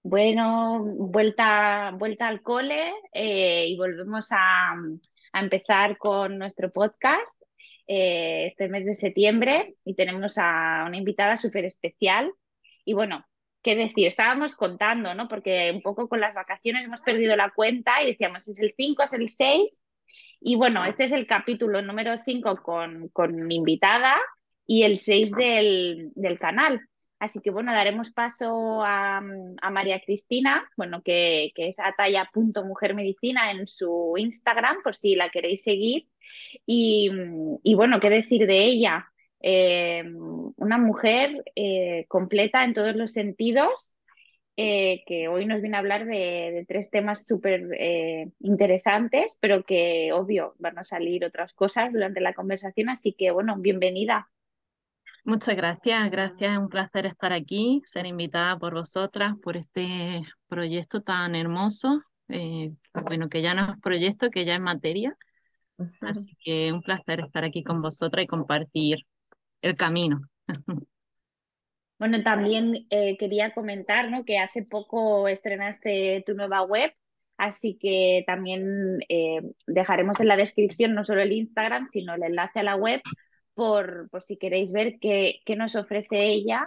Bueno, vuelta al cole y volvemos a empezar con nuestro podcast este mes de septiembre y tenemos a una invitada súper especial. Y bueno, qué decir, estábamos contando, ¿no? Porque un poco con las vacaciones hemos perdido la cuenta y decíamos, ¿es el 5, es el 6? Y bueno, este es el capítulo número 5 con mi invitada y el 6 del canal. Así que bueno, daremos paso a María Cristina, bueno, que es ataya.mujermedicina en su Instagram, por si la queréis seguir. Y bueno, ¿qué decir de ella? Una mujer completa en todos los sentidos, que hoy nos viene a hablar de tres temas súper interesantes, pero que obvio van a salir otras cosas durante la conversación, así que bueno, bienvenida. Muchas gracias, gracias. Es un placer estar aquí, ser invitada por vosotras por este proyecto tan hermoso. Bueno, que ya no es proyecto, que ya es materia. Así que un placer estar aquí con vosotras y compartir el camino. Bueno, también quería comentar, ¿no? Que hace poco estrenaste tu nueva web, así que también dejaremos en la descripción no solo el Instagram, sino el enlace a la web por si queréis ver qué nos ofrece ella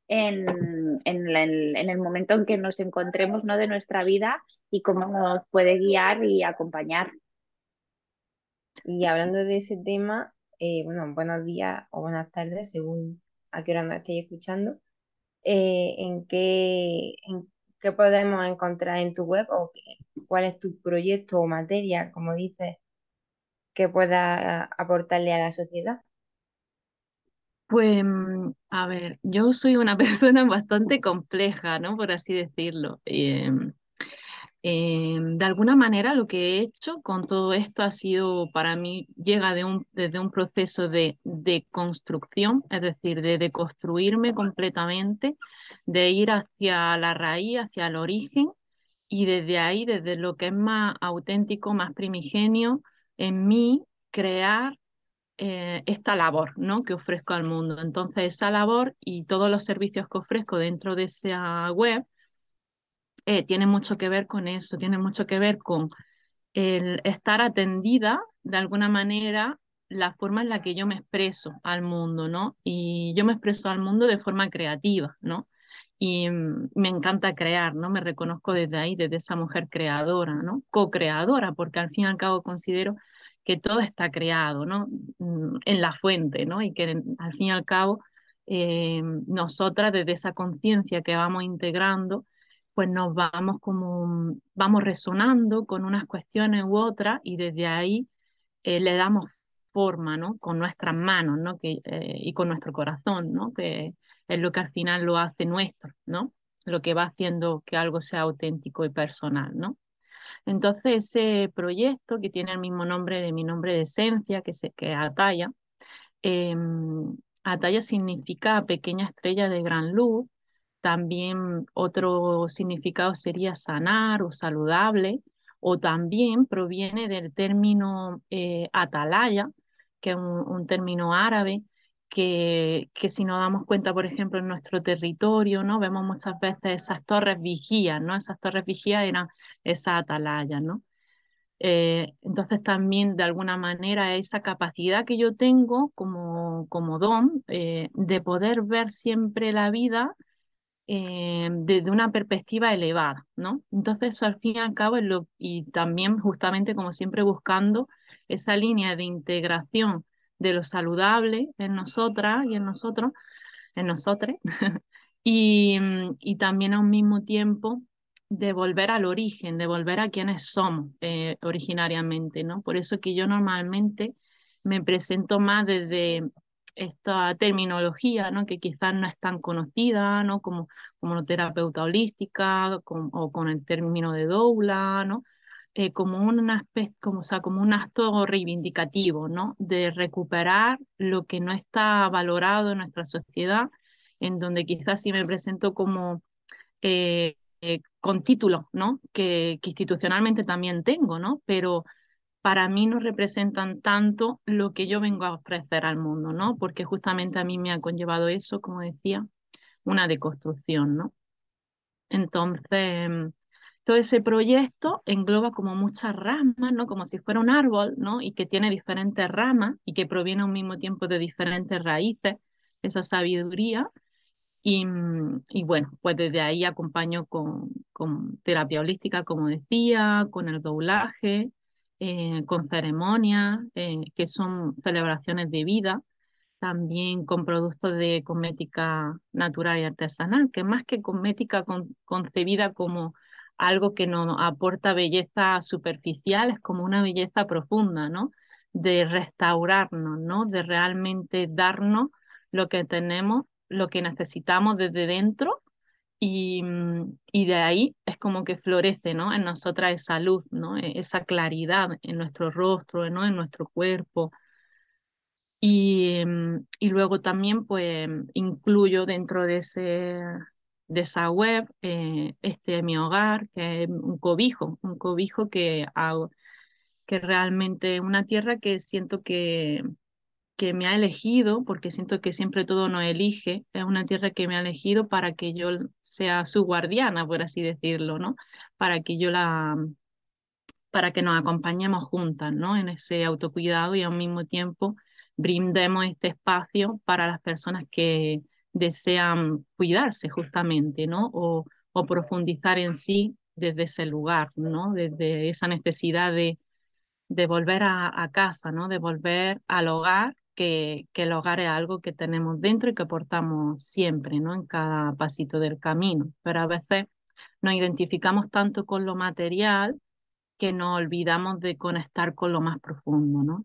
en el momento en que nos encontremos, ¿no? De nuestra vida y cómo nos puede guiar y acompañar. Y hablando de ese tema, bueno, buenos días o buenas tardes, según a qué hora nos estéis escuchando. ¿En qué podemos encontrar en tu web o cuál es tu proyecto o materia, como dices, que pueda aportarle a la sociedad? Pues, a ver, yo soy una persona bastante compleja, ¿no? Por así decirlo. De alguna manera lo que he hecho con todo esto ha sido, para mí, llega desde un proceso de construcción, es decir, de deconstruirme completamente, de ir hacia la raíz, hacia el origen, y desde ahí, desde lo que es más auténtico, más primigenio, en mí, crear esta labor, ¿no? Que ofrezco al mundo. Entonces, esa labor y todos los servicios que ofrezco dentro de esa web tiene mucho que ver con eso, tiene mucho que ver con el estar atendida de alguna manera la forma en la que yo me expreso al mundo, ¿no? Y yo me expreso al mundo de forma creativa, ¿no? Y me encanta crear, ¿no? Me reconozco desde ahí, desde esa mujer creadora, ¿no? Co-creadora, porque al fin y al cabo considero que todo está creado, ¿no? En la fuente, ¿no? Y que al fin y al cabo nosotras desde esa conciencia que vamos integrando, pues nos vamos como, vamos resonando con unas cuestiones u otras y desde ahí le damos forma, ¿no? Con nuestras manos, ¿no? Y con nuestro corazón, ¿no? Que es lo que al final lo hace nuestro, ¿no? Lo que va haciendo que algo sea auténtico y personal, ¿no? Entonces ese proyecto que tiene el mismo nombre de mi nombre de esencia, que es Ataya, eh, Ataya significa pequeña estrella de gran luz. También otro significado sería sanar o saludable, o también proviene del término atalaya, que es un término árabe, que si nos damos cuenta, por ejemplo, en nuestro territorio, ¿no? Vemos muchas veces esas torres vigías, ¿no? Esas torres vigías eran esa atalaya, ¿no? Entonces también de alguna manera esa capacidad que yo tengo como don de poder ver siempre la vida desde una perspectiva elevada, ¿no? Entonces eso al fin y al cabo y también justamente como siempre buscando esa línea de integración de lo saludable en nosotras y en nosotros, en nosotres, y también a un mismo tiempo de volver al origen, de volver a quienes somos originariamente, ¿no? Por eso que yo normalmente me presento más desde esta terminología, ¿no? Que quizás no es tan conocida, ¿no? Como la terapeuta holística o con el término de doula, ¿no? Como un aspecto, como, o sea, como un acto reivindicativo, ¿no? De recuperar lo que no está valorado en nuestra sociedad, en donde quizás sí me presento como con títulos, ¿no? Que institucionalmente también tengo, ¿no? Pero para mí no representan tanto lo que yo vengo a ofrecer al mundo, ¿no? Porque justamente a mí me ha conllevado eso, como decía, una deconstrucción, ¿no? Entonces, todo ese proyecto engloba como muchas ramas, ¿no? Como si fuera un árbol, ¿no? Y que tiene diferentes ramas y que proviene al mismo tiempo de diferentes raíces, esa sabiduría. Y bueno, pues desde ahí acompaño con terapia holística, como decía, con el doulaje, con ceremonias, que son celebraciones de vida, también con productos de cosmética natural y artesanal, que más que cosmética concebida como algo que nos aporta belleza superficial, es como una belleza profunda, ¿no? De restaurarnos, ¿no? De realmente darnos lo que tenemos, lo que necesitamos desde dentro y de ahí es como que florece, ¿no? En nosotras esa luz, ¿no? Esa claridad en nuestro rostro, ¿no? En nuestro cuerpo. Y luego también pues incluyo dentro de esa web mi hogar, que es un cobijo que hago, que realmente es una tierra que siento que me ha elegido, porque siento que siempre todo nos elige, es una tierra que me ha elegido para que yo sea su guardiana, por así decirlo, ¿no? Para que yo la, para que nos acompañemos juntas, ¿no? En ese autocuidado y al mismo tiempo brindemos este espacio para las personas que desean cuidarse justamente, ¿no? O profundizar en sí desde ese lugar, ¿no? Desde esa necesidad de volver a casa, ¿no? De volver al hogar, que el hogar es algo que tenemos dentro y que portamos siempre, ¿no? En cada pasito del camino. Pero a veces nos identificamos tanto con lo material que nos olvidamos de conectar con lo más profundo, ¿no?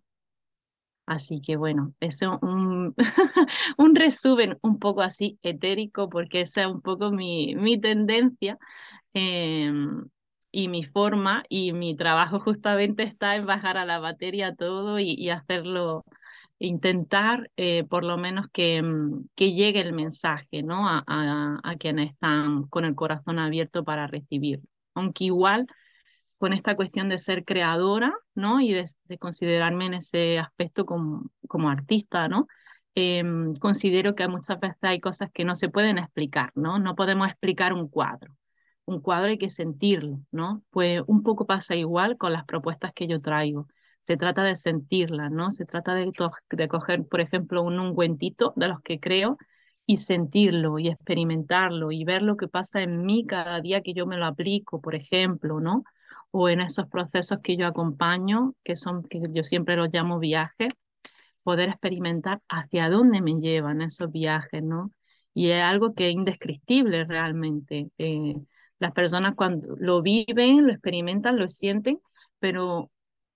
Así que bueno, eso es un, un resumen un poco así etérico, porque esa es un poco mi tendencia eh, y mi forma, y mi trabajo justamente está en bajar a la materia todo y hacerlo, intentar por lo menos que llegue el mensaje, ¿no? A quienes están con el corazón abierto para recibirlo. Aunque igual con esta cuestión de ser creadora, ¿no? Y de considerarme en ese aspecto como artista, ¿no? Considero que muchas veces hay cosas que no se pueden explicar, ¿no? No podemos explicar un cuadro. Un cuadro hay que sentirlo, ¿no? Pues un poco pasa igual con las propuestas que yo traigo. Se trata de sentirlas, ¿no? Se trata de coger, por ejemplo, un ungüentito de los que creo y sentirlo y experimentarlo y ver lo que pasa en mí cada día que yo me lo aplico, por ejemplo, ¿no? O en esos procesos que yo acompaño, que yo siempre los llamo viajes, poder experimentar hacia dónde me llevan esos viajes, ¿no? Y es algo que es indescriptible realmente. Las personas cuando lo viven, lo experimentan, lo sienten, pero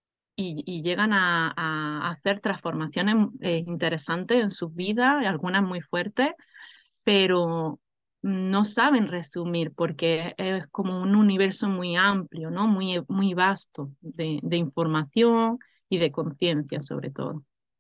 y llegan a hacer transformaciones interesantes en sus vidas, algunas muy fuertes, pero no saben resumir porque es como un universo muy amplio, ¿no? Muy vasto de información y de conciencia sobre todo.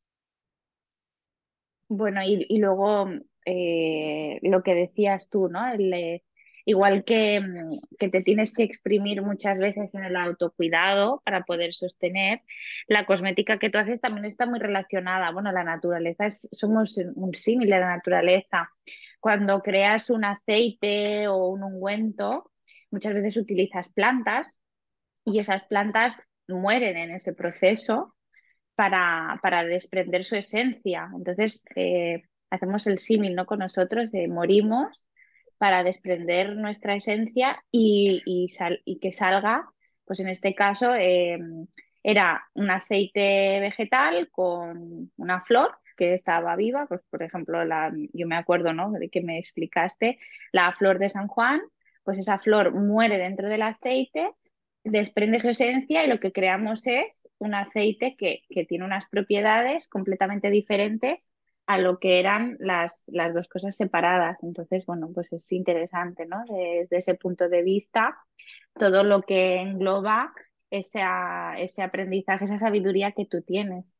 Bueno, y luego lo que decías tú, ¿no? Igual que te tienes que exprimir muchas veces en el autocuidado para poder sostener, la cosmética que tú haces también está muy relacionada. Bueno, la naturaleza somos un símil de la naturaleza. Cuando creas un aceite o un ungüento, muchas veces utilizas plantas y esas plantas mueren en ese proceso para desprender su esencia. Entonces, hacemos el símil, ¿no? Con nosotros, morimos para desprender nuestra esencia y que salga, pues en este caso, era un aceite vegetal con una flor que estaba viva, pues por ejemplo, yo me acuerdo, ¿no? De que me explicaste, la flor de San Juan, pues esa flor muere dentro del aceite, desprende su esencia y lo que creamos es un aceite que tiene unas propiedades completamente diferentes a lo que eran las dos cosas separadas. Entonces, bueno, pues es interesante, ¿no? Desde ese punto de vista, todo lo que engloba ese aprendizaje, esa sabiduría que tú tienes.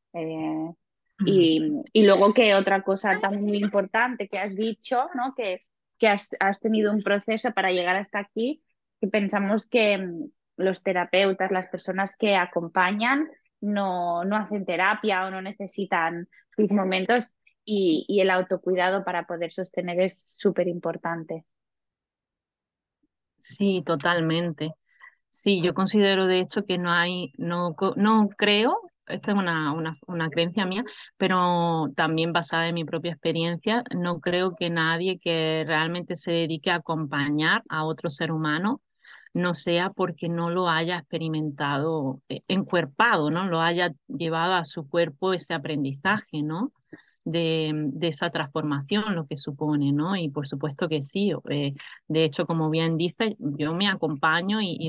Y luego que otra cosa también muy importante que has dicho, ¿no? Que has tenido un proceso para llegar hasta aquí, que pensamos que los terapeutas, las personas que acompañan, no hacen terapia o no necesitan sus momentos y el autocuidado para poder sostener es súper importante. Sí, totalmente. Sí, yo considero de hecho que no hay, no creo, esta es una creencia mía, pero también basada en mi propia experiencia, no creo que nadie que realmente se dedique a acompañar a otro ser humano no sea porque no lo haya experimentado, encuerpado, ¿no? Lo haya llevado a su cuerpo ese aprendizaje, ¿no? De esa transformación, lo que supone, ¿no? Y por supuesto que sí. De hecho, como bien dice, yo me acompaño y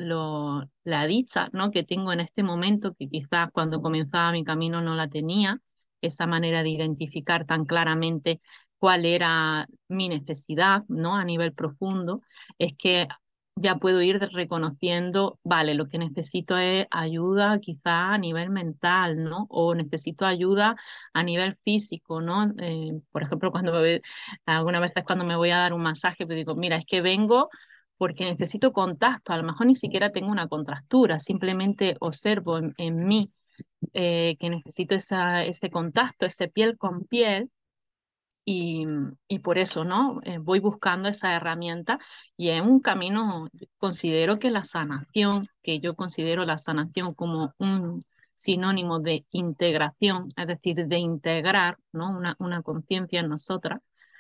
la dicha, ¿no? que tengo en este momento, que quizás cuando comenzaba mi camino no la tenía, esa manera de identificar tan claramente cuál era mi necesidad, ¿no? A nivel profundo, es que ya puedo ir reconociendo, vale, lo que necesito es ayuda quizá a nivel mental, ¿no? O necesito ayuda a nivel físico, ¿no? Por ejemplo, algunas veces cuando me voy a dar un masaje, pues digo, mira, es que vengo porque necesito contacto, a lo mejor ni siquiera tengo una contractura, simplemente observo en mí que necesito ese contacto, ese piel con piel, y, y por eso, ¿no? Voy buscando esa herramienta y es un camino, considero que la sanación, que yo considero la sanación como un sinónimo de integración, es decir, de integrar, ¿no? Una conciencia en nosotras,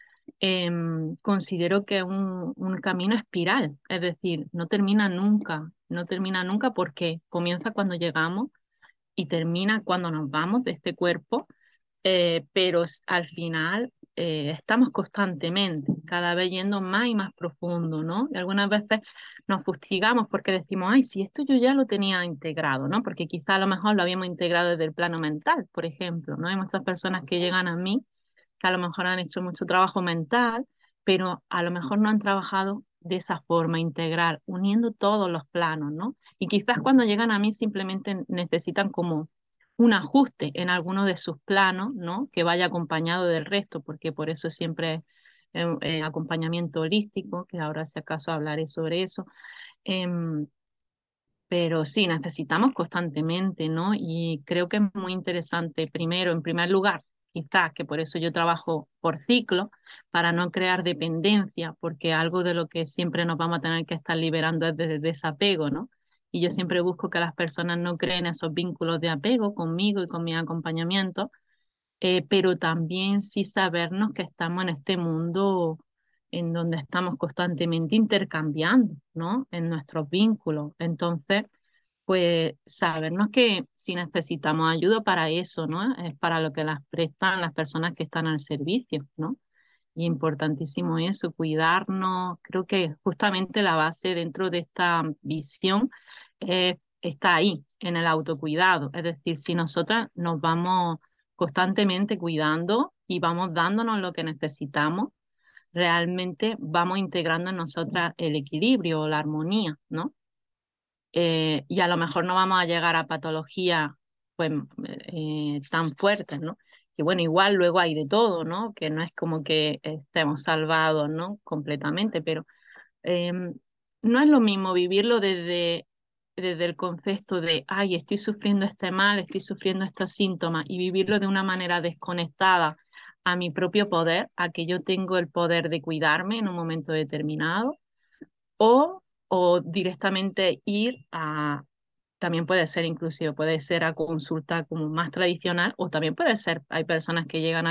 considero que es un camino espiral, es decir, no termina nunca, no termina nunca porque comienza cuando llegamos y termina cuando nos vamos de este cuerpo, pero al final estamos constantemente, cada vez yendo más y más profundo, ¿no? Y algunas veces nos fustigamos porque decimos, ay, si esto yo ya lo tenía integrado, ¿no? Porque quizá a lo mejor lo habíamos integrado desde el plano mental, por ejemplo, ¿no? Hay muchas personas que llegan a mí que a lo mejor han hecho mucho trabajo mental, pero a lo mejor no han trabajado de esa forma integral, uniendo todos los planos, ¿no? Y quizás cuando llegan a mí simplemente necesitan como un ajuste en alguno de sus planos, ¿no? Que vaya acompañado del resto, porque por eso siempre acompañamiento holístico, que ahora si acaso hablaré sobre eso. Em, pero sí, necesitamos constantemente, ¿no? Y creo que es muy interesante, primero, en primer lugar, quizás que por eso yo trabajo por ciclo, para no crear dependencia, porque algo de lo que siempre nos vamos a tener que estar liberando es de desapego, ¿no? Y yo siempre busco que las personas no creen esos vínculos de apego conmigo y con mi acompañamiento, pero también sí sabernos que estamos en este mundo en donde estamos constantemente intercambiando, ¿no? En nuestros vínculos. Entonces, pues sabernos que si necesitamos ayuda para eso, ¿no? Es para lo que las prestan las personas que están al servicio, ¿no? Y importantísimo eso, cuidarnos. Creo que justamente la base dentro de esta visión está ahí, en el autocuidado. Es decir, si nosotras nos vamos constantemente cuidando y vamos dándonos lo que necesitamos, realmente vamos integrando en nosotras el equilibrio o la armonía, ¿no? Y a lo mejor no vamos a llegar a patologías pues, tan fuertes, ¿no? Que bueno, igual luego hay de todo, ¿no? Que no es como que estemos salvados, ¿no? Completamente, pero no es lo mismo vivirlo desde el concepto de, ay, estoy sufriendo este mal, estoy sufriendo estos síntomas, y vivirlo de una manera desconectada a mi propio poder, a que yo tengo el poder de cuidarme en un momento determinado o directamente ir a, también puede ser inclusive, puede ser a consulta como más tradicional, o también puede ser, hay personas que llegan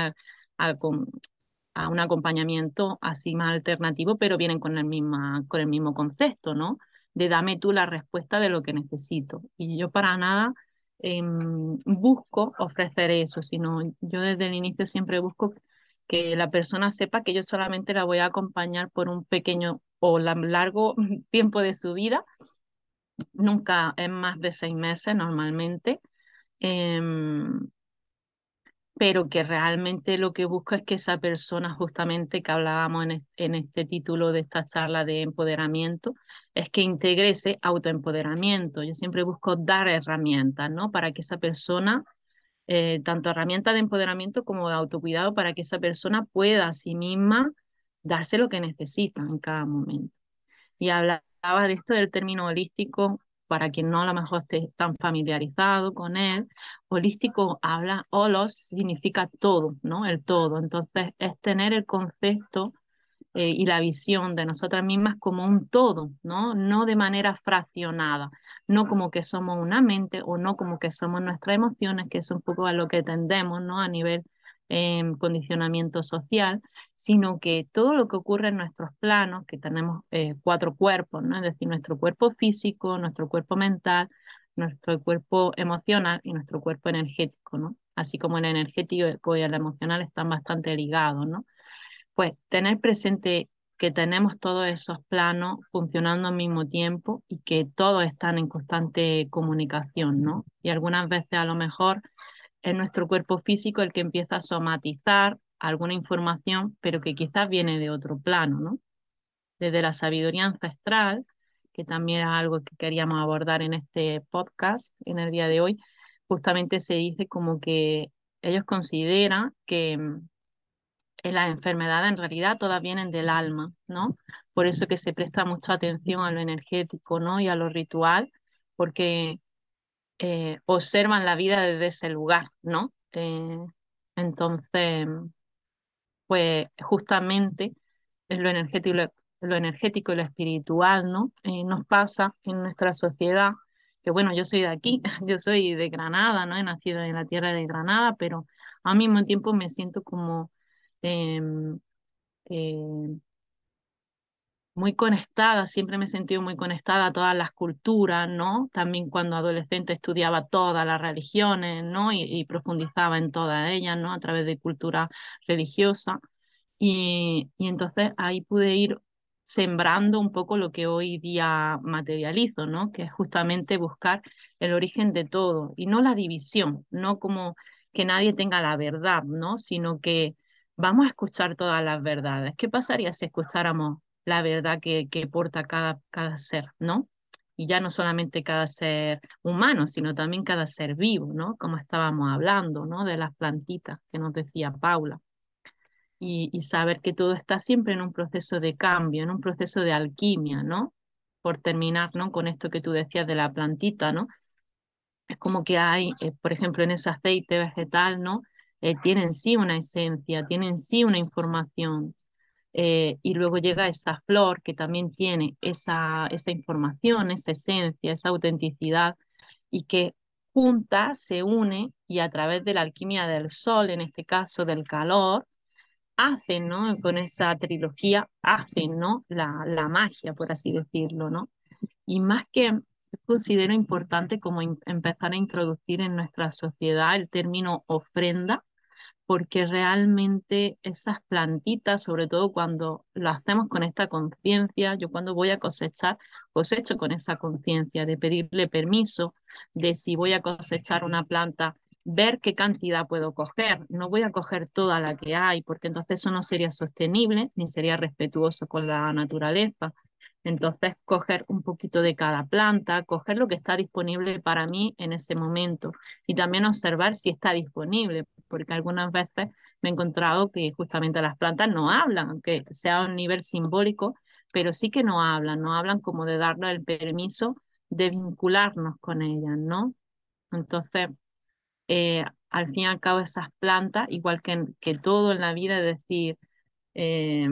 a un acompañamiento así más alternativo, pero vienen con el mismo concepto, ¿no? De dame tú la respuesta de lo que necesito. Y yo para nada busco ofrecer eso, sino yo desde el inicio siempre busco que la persona sepa que yo solamente la voy a acompañar por un pequeño o largo tiempo de su vida, nunca es más de 6 meses normalmente, em, pero que realmente lo que busco es que esa persona, justamente que hablábamos en este título de esta charla de empoderamiento, es que integre ese autoempoderamiento. Yo siempre busco dar herramientas, ¿no? Para que esa persona, tanto herramientas de empoderamiento como de autocuidado, para que esa persona pueda a sí misma darse lo que necesita en cada momento. Y hablaba de esto del término holístico, para quien no a lo mejor esté tan familiarizado con él. Holístico habla, holos significa todo, ¿no? El todo. Entonces es tener el concepto y la visión de nosotras mismas como un todo, ¿no? No de manera fraccionada, no como que somos una mente o no como que somos nuestras emociones, que es un poco a lo que tendemos, ¿no? A nivel condicionamiento social, sino que todo lo que ocurre en nuestros planos, que tenemos cuatro cuerpos, ¿no? Es decir, nuestro cuerpo físico, nuestro cuerpo mental, nuestro cuerpo emocional y nuestro cuerpo energético, ¿no? Así como el energético y el emocional están bastante ligados, ¿no? Pues tener presente que tenemos todos esos planos funcionando al mismo tiempo y que todos están en constante comunicación, ¿no? Y algunas veces a lo mejor es nuestro cuerpo físico el que empieza a somatizar alguna información, pero que quizás viene de otro plano, ¿no? Desde la sabiduría ancestral, que también es algo que queríamos abordar en este podcast en el día de hoy, justamente se dice como que ellos consideran que las enfermedades en realidad todas vienen del alma, ¿no? Por eso que se presta mucha atención a lo energético, ¿no? Y a lo ritual, porque observan la vida desde ese lugar, ¿no? Entonces, pues justamente en lo energético y lo espiritual, ¿no? Nos pasa en nuestra sociedad, que bueno, yo soy de aquí, yo soy de Granada, ¿no? He nacido en la tierra de Granada, pero al mismo tiempo me siento como em, eh, muy conectada, siempre me he sentido muy conectada a todas las culturas, ¿no? También cuando adolescente estudiaba todas las religiones, ¿no? Y profundizaba en todas ellas, ¿no? A través de cultura religiosa. Y entonces ahí pude ir sembrando un poco lo que hoy día materializo, ¿no? Que es justamente buscar el origen de todo y no la división, no como que nadie tenga la verdad, ¿no? Sino que vamos a escuchar todas las verdades. ¿Qué pasaría si escucháramos la verdad que porta cada ser, ¿no? Y ya no solamente cada ser humano, sino también cada ser vivo, ¿no? Como estábamos hablando, ¿no? De las plantitas que nos decía Paula y saber que todo está siempre en un proceso de cambio, en un proceso de alquimia, ¿no? Por terminar, ¿no? Con esto que tú decías de la plantita, ¿no? Es como que hay, por ejemplo, en ese aceite vegetal, ¿no? Tienen sí una esencia, tienen sí una información. Y luego llega esa flor que también tiene esa información, esa esencia, esa autenticidad, y que junta, se une y a través de la alquimia del sol, en este caso del calor, hacen, ¿no? Con esa trilogía, hacen, ¿no? La magia, por así decirlo, ¿no? Y más que considero importante como empezar a introducir en nuestra sociedad el término ofrenda, porque realmente esas plantitas, sobre todo cuando lo hacemos con esta conciencia, yo cuando voy a cosechar, cosecho con esa conciencia de pedirle permiso, de si voy a cosechar una planta, ver qué cantidad puedo coger. No voy a coger toda la que hay, porque entonces eso no sería sostenible ni sería respetuoso con la naturaleza. Entonces, coger un poquito de cada planta, coger lo que está disponible para mí en ese momento y también observar si está disponible, porque algunas veces me he encontrado que justamente las plantas no hablan, aunque sea a un nivel simbólico, pero sí que no hablan como de darnos el permiso de vincularnos con ellas, ¿no? Entonces, al fin y al cabo esas plantas, igual que todo en la vida, es decir, eh,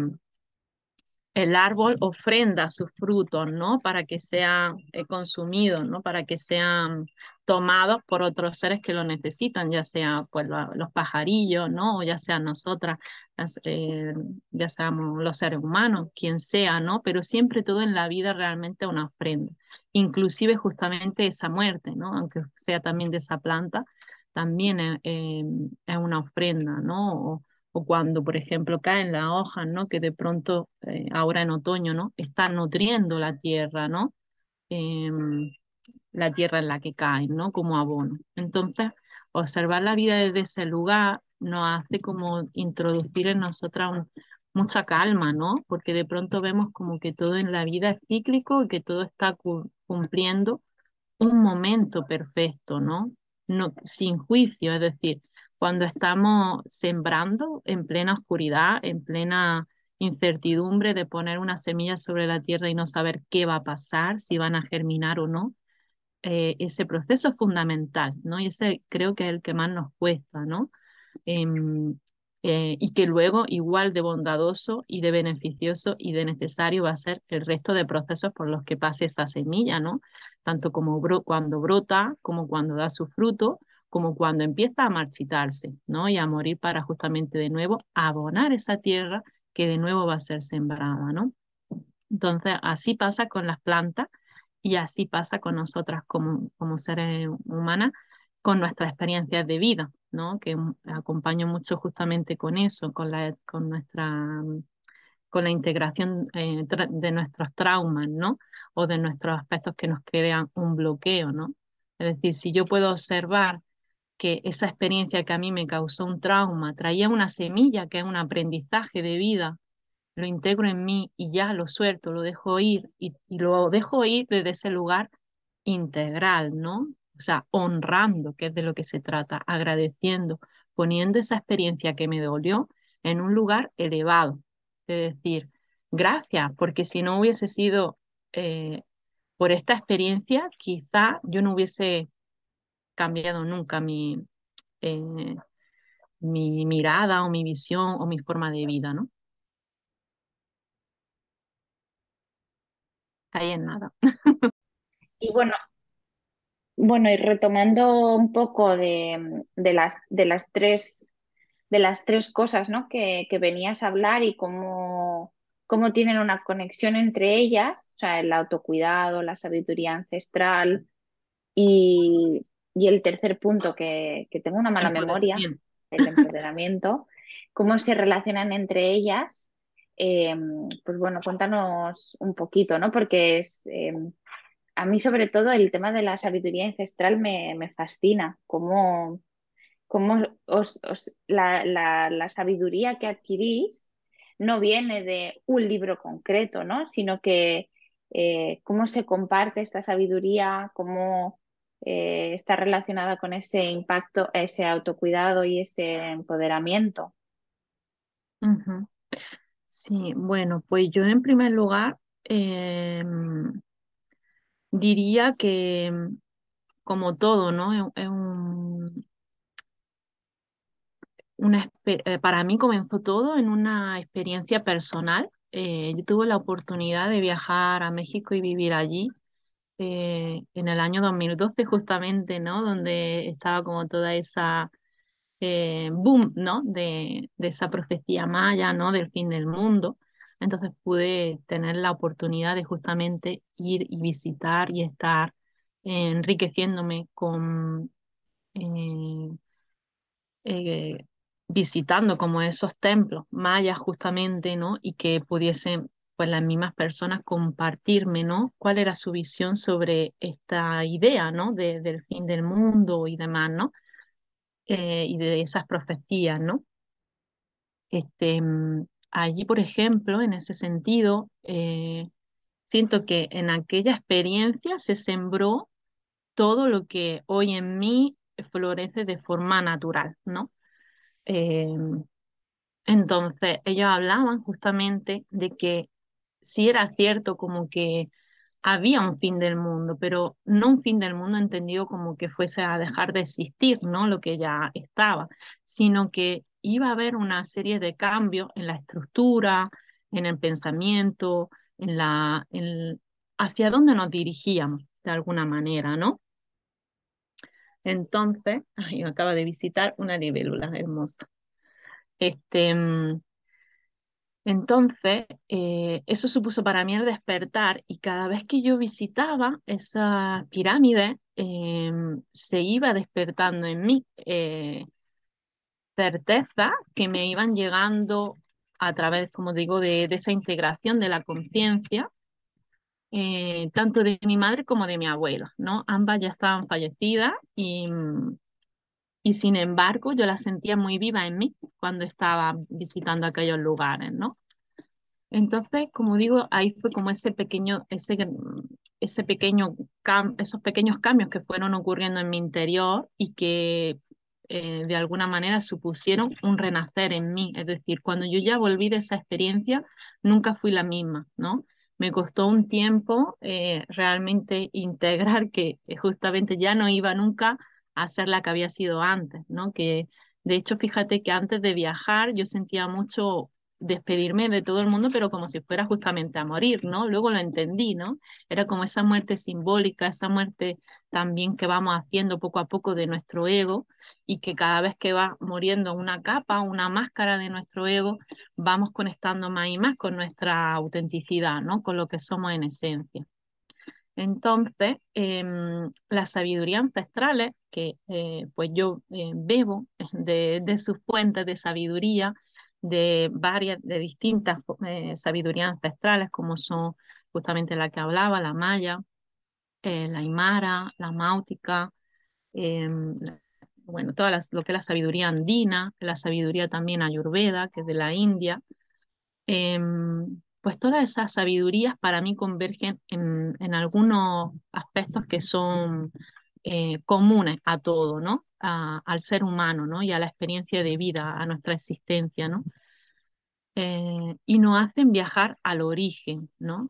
el árbol ofrenda sus frutos, ¿no? Para que sean consumidos, ¿no? Para que sean tomados por otros seres que lo necesitan, ya sea pues los pajarillos, ¿no? O ya sean nosotras, las, ya seamos los seres humanos, quien sea, ¿no? Pero siempre todo en la vida realmente es una ofrenda, inclusive justamente esa muerte, ¿no? Aunque sea también de esa planta, también es una ofrenda, ¿no? O cuando, por ejemplo, caen las hojas, ¿no? Que de pronto, ahora en otoño, ¿no? Están nutriendo la tierra, ¿no? Em, la tierra en la que caen, ¿no? Como abono. Entonces, observar la vida desde ese lugar nos hace como introducir en nosotras mucha calma, ¿no? Porque de pronto vemos como que todo en la vida es cíclico y que todo está cumpliendo un momento perfecto, ¿no? No, sin juicio, es decir, cuando estamos sembrando en plena oscuridad, en plena incertidumbre de poner una semilla sobre la tierra y no saber qué va a pasar, si van a germinar o no, ese proceso es fundamental, ¿no? Y ese creo que es el que más nos cuesta, ¿no? Em, y que luego igual de bondadoso y de beneficioso y de necesario va a ser el resto de procesos por los que pase esa semilla, ¿no? Tanto como cuando brota, como cuando da su fruto, como cuando empieza a marchitarse, ¿no? Y a morir para justamente de nuevo abonar esa tierra que de nuevo va a ser sembrada, ¿no? Entonces, así pasa con las plantas y así pasa con nosotras como seres humanas, con nuestras experiencias de vida, ¿no? Que acompaño mucho justamente con eso, con la integración de nuestros traumas, ¿no? O de nuestros aspectos que nos crean un bloqueo, ¿no? Es decir, si yo puedo observar que esa experiencia que a mí me causó un trauma traía una semilla que es un aprendizaje de vida, lo integro en mí y ya lo suelto, lo dejo ir y lo dejo ir desde ese lugar integral, ¿no? O sea, honrando, que es de lo que se trata, agradeciendo, poniendo esa experiencia que me dolió en un lugar elevado. Es decir, gracias, porque si no hubiese sido por esta experiencia, quizá yo no hubiese cambiado nunca eh, mi mirada o mi visión o mi forma de vida, ¿no? Ahí en nada. Y bueno, y retomando un poco de las tres cosas, ¿no? que venías a hablar y cómo tienen una conexión entre ellas, o sea, el autocuidado, la sabiduría ancestral y, y el tercer punto, que tengo una mala memoria, Empoderamiento. el empoderamiento, cómo se relacionan entre ellas. Eh, pues bueno, cuéntanos un poquito, ¿no? Porque a mí sobre todo el tema de la sabiduría ancestral me fascina, cómo la sabiduría que adquirís no viene de un libro concreto, ¿no? Sino que cómo se comparte esta sabiduría, cómo está relacionada con ese impacto, ese autocuidado y ese empoderamiento. Ujú. Sí, bueno, pues yo en primer lugar diría que como todo, ¿no? Para mí comenzó todo en una experiencia personal. Yo tuve la oportunidad de viajar a México y vivir allí en el año 2012 justamente, ¿no? Donde estaba como toda esa boom, ¿no? De esa profecía maya, ¿no? Del fin del mundo. Entonces pude tener la oportunidad de justamente ir y visitar y estar enriqueciéndome con eh, eh, visitando como esos templos mayas justamente, ¿no? Y que pudiesen pues las mismas personas compartirme, ¿no? Cuál era su visión sobre esta idea, ¿no? Del fin del mundo y demás, ¿no? Y de esas profecías, ¿no? Allí, por ejemplo, en ese sentido, siento que en aquella experiencia se sembró todo lo que hoy en mí florece de forma natural, ¿no? Eh, entonces, ellos hablaban justamente de que sí era cierto como que había un fin del mundo, pero no un fin del mundo entendido como que fuese a dejar de existir, ¿no? Lo que ya estaba, sino que iba a haber una serie de cambios en la estructura, en el pensamiento, hacia dónde nos dirigíamos de alguna manera, ¿no? Entonces, ay, me acaba de visitar una libélula hermosa. Este, mm, Entonces, eso supuso para mí el despertar y cada vez que yo visitaba esa pirámide, se iba despertando en mí certezas que me iban llegando a través, como digo, de esa integración de la conciencia, tanto de mi madre como de mi abuela, ¿no? Ambas ya estaban fallecidas y sin embargo yo las sentía muy vivas en mí cuando estaba visitando aquellos lugares, ¿no? Entonces, como digo, ahí fue como esos pequeños cambios que fueron ocurriendo en mi interior y que de alguna manera supusieron un renacer en mí. Es decir, cuando yo ya volví de esa experiencia, nunca fui la misma, ¿no? Me costó un tiempo realmente integrar que justamente ya no iba nunca a ser la que había sido antes, ¿no? Que De hecho, fíjate que antes de viajar yo sentía mucho despedirme de todo el mundo, pero como si fuera justamente a morir, ¿no? Luego lo entendí, ¿no? Era como esa muerte simbólica, esa muerte también que vamos haciendo poco a poco de nuestro ego y que cada vez que va muriendo una capa, una máscara de nuestro ego, vamos conectando más y más con nuestra autenticidad, ¿no? Con lo que somos en esencia. Entonces, las sabidurías ancestrales, que pues yo bebo de sus fuentes de sabiduría, de varias, de distintas sabidurías ancestrales, como son justamente la que hablaba, la maya, la aymara, la máutica, bueno, lo que es la sabiduría andina, la sabiduría también ayurveda, que es de la India. Pues todas esas sabidurías para mí convergen en algunos aspectos que son comunes a todo, ¿no? Al ser humano, ¿no? Y a la experiencia de vida, a nuestra existencia, ¿no? Y nos hacen viajar al origen, ¿no?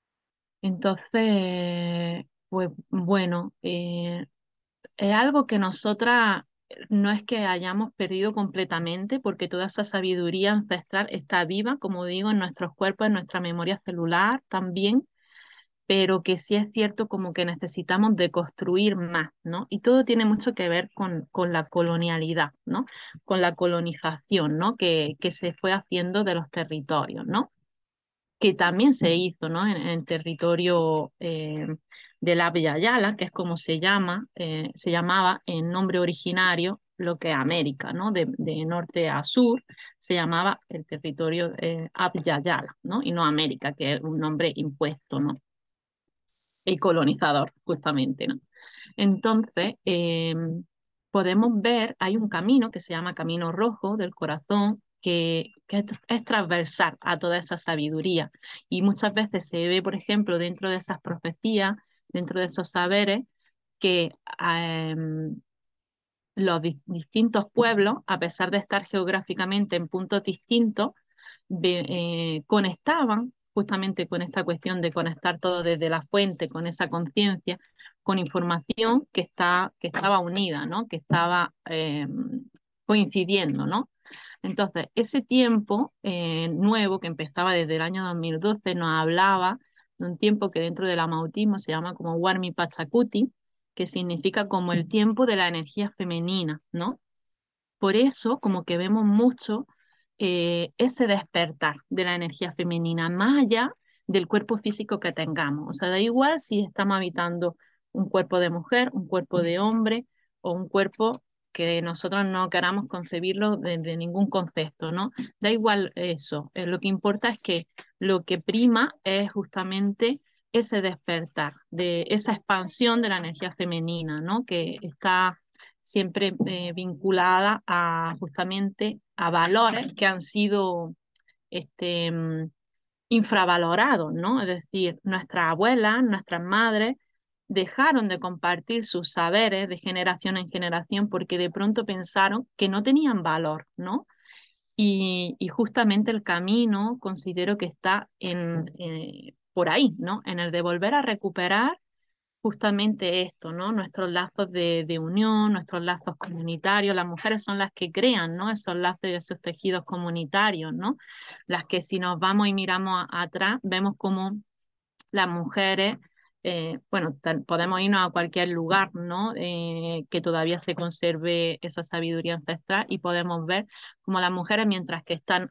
Entonces, pues bueno, es algo que nosotras no es que hayamos perdido completamente, porque toda esa sabiduría ancestral está viva, como digo, en nuestros cuerpos, en nuestra memoria celular también, pero que sí es cierto como que necesitamos deconstruir más, ¿no? Y todo tiene mucho que ver con la colonialidad, ¿no? Con la colonización, ¿no? Que se fue haciendo de los territorios, ¿no? Que también se hizo, ¿no? En territorio de la Villa Yala, que es como se llamaba en nombre originario lo que es América, ¿no? De norte a sur se llamaba el territorio Abya Yala, ¿no? Y no América, que es un nombre impuesto, ¿no? Y colonizador, justamente, ¿no? Entonces, podemos ver, hay un camino que se llama Camino Rojo del Corazón, que es transversal a toda esa sabiduría. Y muchas veces se ve, por ejemplo, dentro de esas profecías, dentro de esos saberes, que los distintos pueblos, a pesar de estar geográficamente en puntos distintos, conectaban justamente con esta cuestión de conectar todo desde la fuente, con esa conciencia, con información que estaba unida, ¿no? Que estaba coincidiendo, ¿no? Entonces, ese tiempo nuevo que empezaba desde el año 2012 nos hablaba de un tiempo que dentro del amautismo se llama como Warmi Pachacuti, que significa como el tiempo de la energía femenina, ¿no? Por eso, como que vemos mucho ese despertar de la energía femenina, más allá del cuerpo físico que tengamos. O sea, da igual si estamos habitando un cuerpo de mujer, un cuerpo de hombre o un cuerpo que nosotros no queramos concebirlo desde ningún concepto, ¿no? Da igual eso. Lo que importa es que lo que prima es justamente ese despertar, de esa expansión de la energía femenina, ¿no? Que está siempre vinculada a justamente a valores que han sido este, infravalorados, ¿no? Es decir, nuestras abuelas, nuestras madres dejaron de compartir sus saberes de generación en generación porque de pronto pensaron que no tenían valor, ¿no? Y justamente el camino considero que está por ahí, ¿no? En el de volver a recuperar justamente esto, ¿no? Nuestros lazos de unión, nuestros lazos comunitarios. Las mujeres son las que crean, ¿no? Esos lazos y esos tejidos comunitarios, ¿no? Las que si nos vamos y miramos atrás, vemos como las mujeres, bueno, podemos irnos a cualquier lugar, ¿no? Que todavía se conserve esa sabiduría ancestral y podemos ver como las mujeres, mientras que están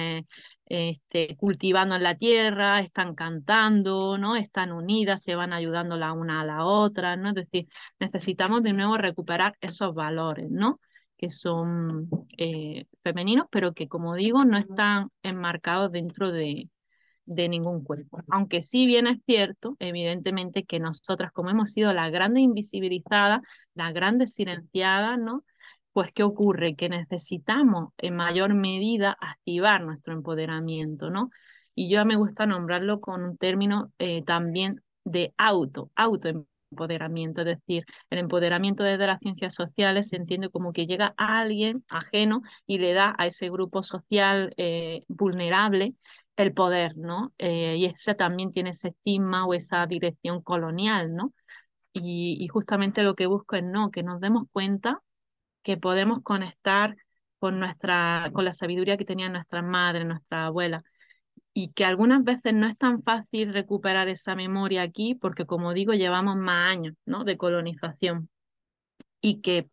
cultivando en la tierra, están cantando, ¿no? Están unidas, se van ayudando la una a la otra, ¿no? Es decir, necesitamos de nuevo recuperar esos valores, ¿no? Que son femeninos, pero que, como digo, no están enmarcados dentro de ningún cuerpo. Aunque sí bien es cierto, evidentemente, que nosotras, como hemos sido las grandes invisibilizadas, las grandes silenciadas, ¿no? Pues, ¿qué ocurre? Que necesitamos en mayor medida activar nuestro empoderamiento, ¿no? Y yo me gusta nombrarlo con un término también de autoempoderamiento, es decir, el empoderamiento desde las ciencias sociales se entiende como que llega a alguien ajeno y le da a ese grupo social vulnerable el poder, ¿no? Y ese también tiene ese estigma o esa dirección colonial, ¿no? Y justamente lo que busco es no, que nos demos cuenta que podemos conectar con la sabiduría que tenían nuestras madres, nuestras abuelas, y que algunas veces no es tan fácil recuperar esa memoria aquí porque, como digo, llevamos más años, ¿no?, de colonización, y que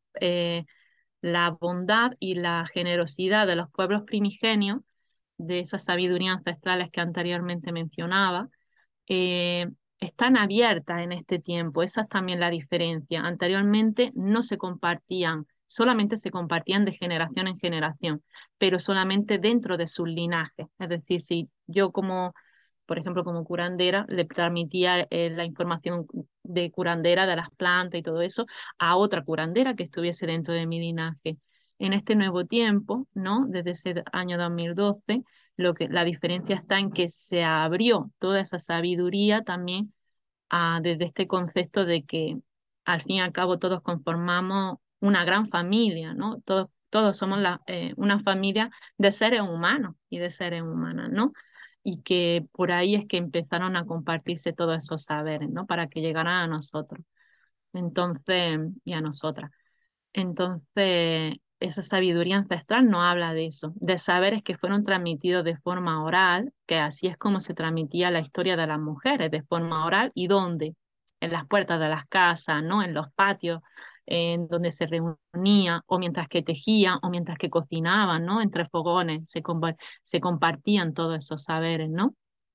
la bondad y la generosidad de los pueblos primigenios, de esas sabidurías ancestrales que anteriormente mencionaba, eh, están abiertas en este tiempo. Esa es también la diferencia. Anteriormente no se compartían, solamente se compartían de generación en generación, pero solamente dentro de sus linajes. Es decir, si yo como, por ejemplo, como curandera, le transmitía la información de curandera de las plantas y todo eso a otra curandera que estuviese dentro de mi linaje. En este nuevo tiempo, ¿no?, desde ese año 2012, la diferencia está en que se abrió toda esa sabiduría también desde este concepto de que al fin y al cabo todos conformamos una gran familia, ¿no? Todos somos una familia de seres humanos y de seres humanas, ¿no? Y que por ahí es que empezaron a compartirse todos esos saberes, ¿no? Para que llegaran a nosotros. Entonces, y a nosotras. Entonces, esa sabiduría ancestral no habla de eso, de saberes que fueron transmitidos de forma oral, que así es como se transmitía la historia de las mujeres, de forma oral, y dónde, en las puertas de las casas, ¿no?, en los patios, en donde se reunían, o mientras que tejían, o mientras que cocinaban, ¿no?, entre fogones, se compartían todos esos saberes, ¿no?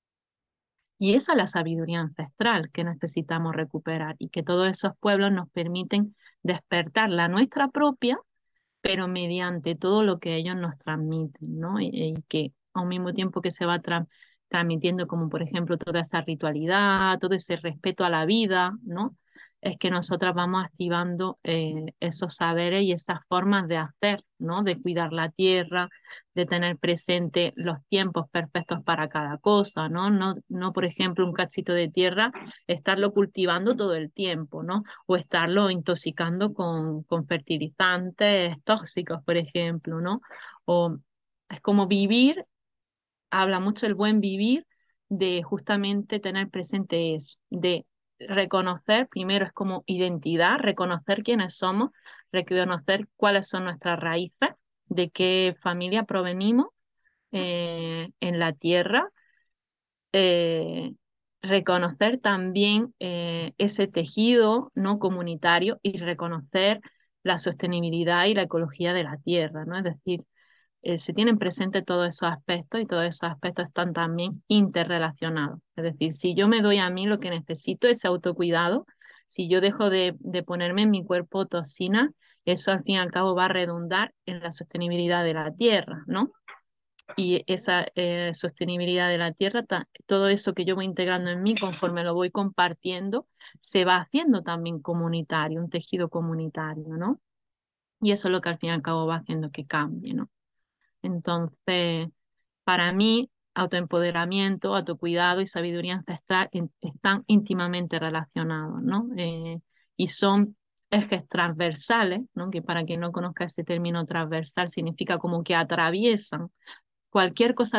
Y esa es la sabiduría ancestral que necesitamos recuperar y que todos esos pueblos nos permiten despertar la nuestra propia, pero mediante todo lo que ellos nos transmiten, ¿no? Y que a un mismo tiempo que se va transmitiendo, como por ejemplo toda esa ritualidad, todo ese respeto a la vida, ¿no? Es que nosotras vamos activando esos saberes y esas formas de hacer, ¿no? De cuidar la tierra, de tener presente los tiempos perfectos para cada cosa, ¿no? No, por ejemplo, un cachito de tierra, estarlo cultivando todo el tiempo, ¿no? O estarlo intoxicando con fertilizantes tóxicos, por ejemplo, ¿no? O es como vivir, habla mucho el buen vivir, de justamente tener presente eso, de reconocer, primero es como identidad, reconocer quiénes somos, reconocer cuáles son nuestras raíces, de qué familia provenimos en la tierra, eh, reconocer también ese tejido no comunitario y reconocer la sostenibilidad y la ecología de la tierra, ¿no? Es decir, se tienen presente todos esos aspectos y todos esos aspectos están también interrelacionados. Es decir, si yo me doy a mí lo que necesito, ese autocuidado, si yo dejo de ponerme en mi cuerpo toxina, eso al fin y al cabo va a redundar en la sostenibilidad de la tierra, ¿no? Y esa sostenibilidad de la tierra, todo eso que yo voy integrando en mí conforme lo voy compartiendo, se va haciendo también comunitario, un tejido comunitario, ¿no? Y eso es lo que al fin y al cabo va haciendo que cambie, ¿no? Entonces, para mí, autoempoderamiento, autocuidado y sabiduría ancestral están íntimamente relacionados, ¿no? Y son ejes transversales, ¿no? Que para quien no conozca ese término transversal significa como que atraviesan cualquier cosa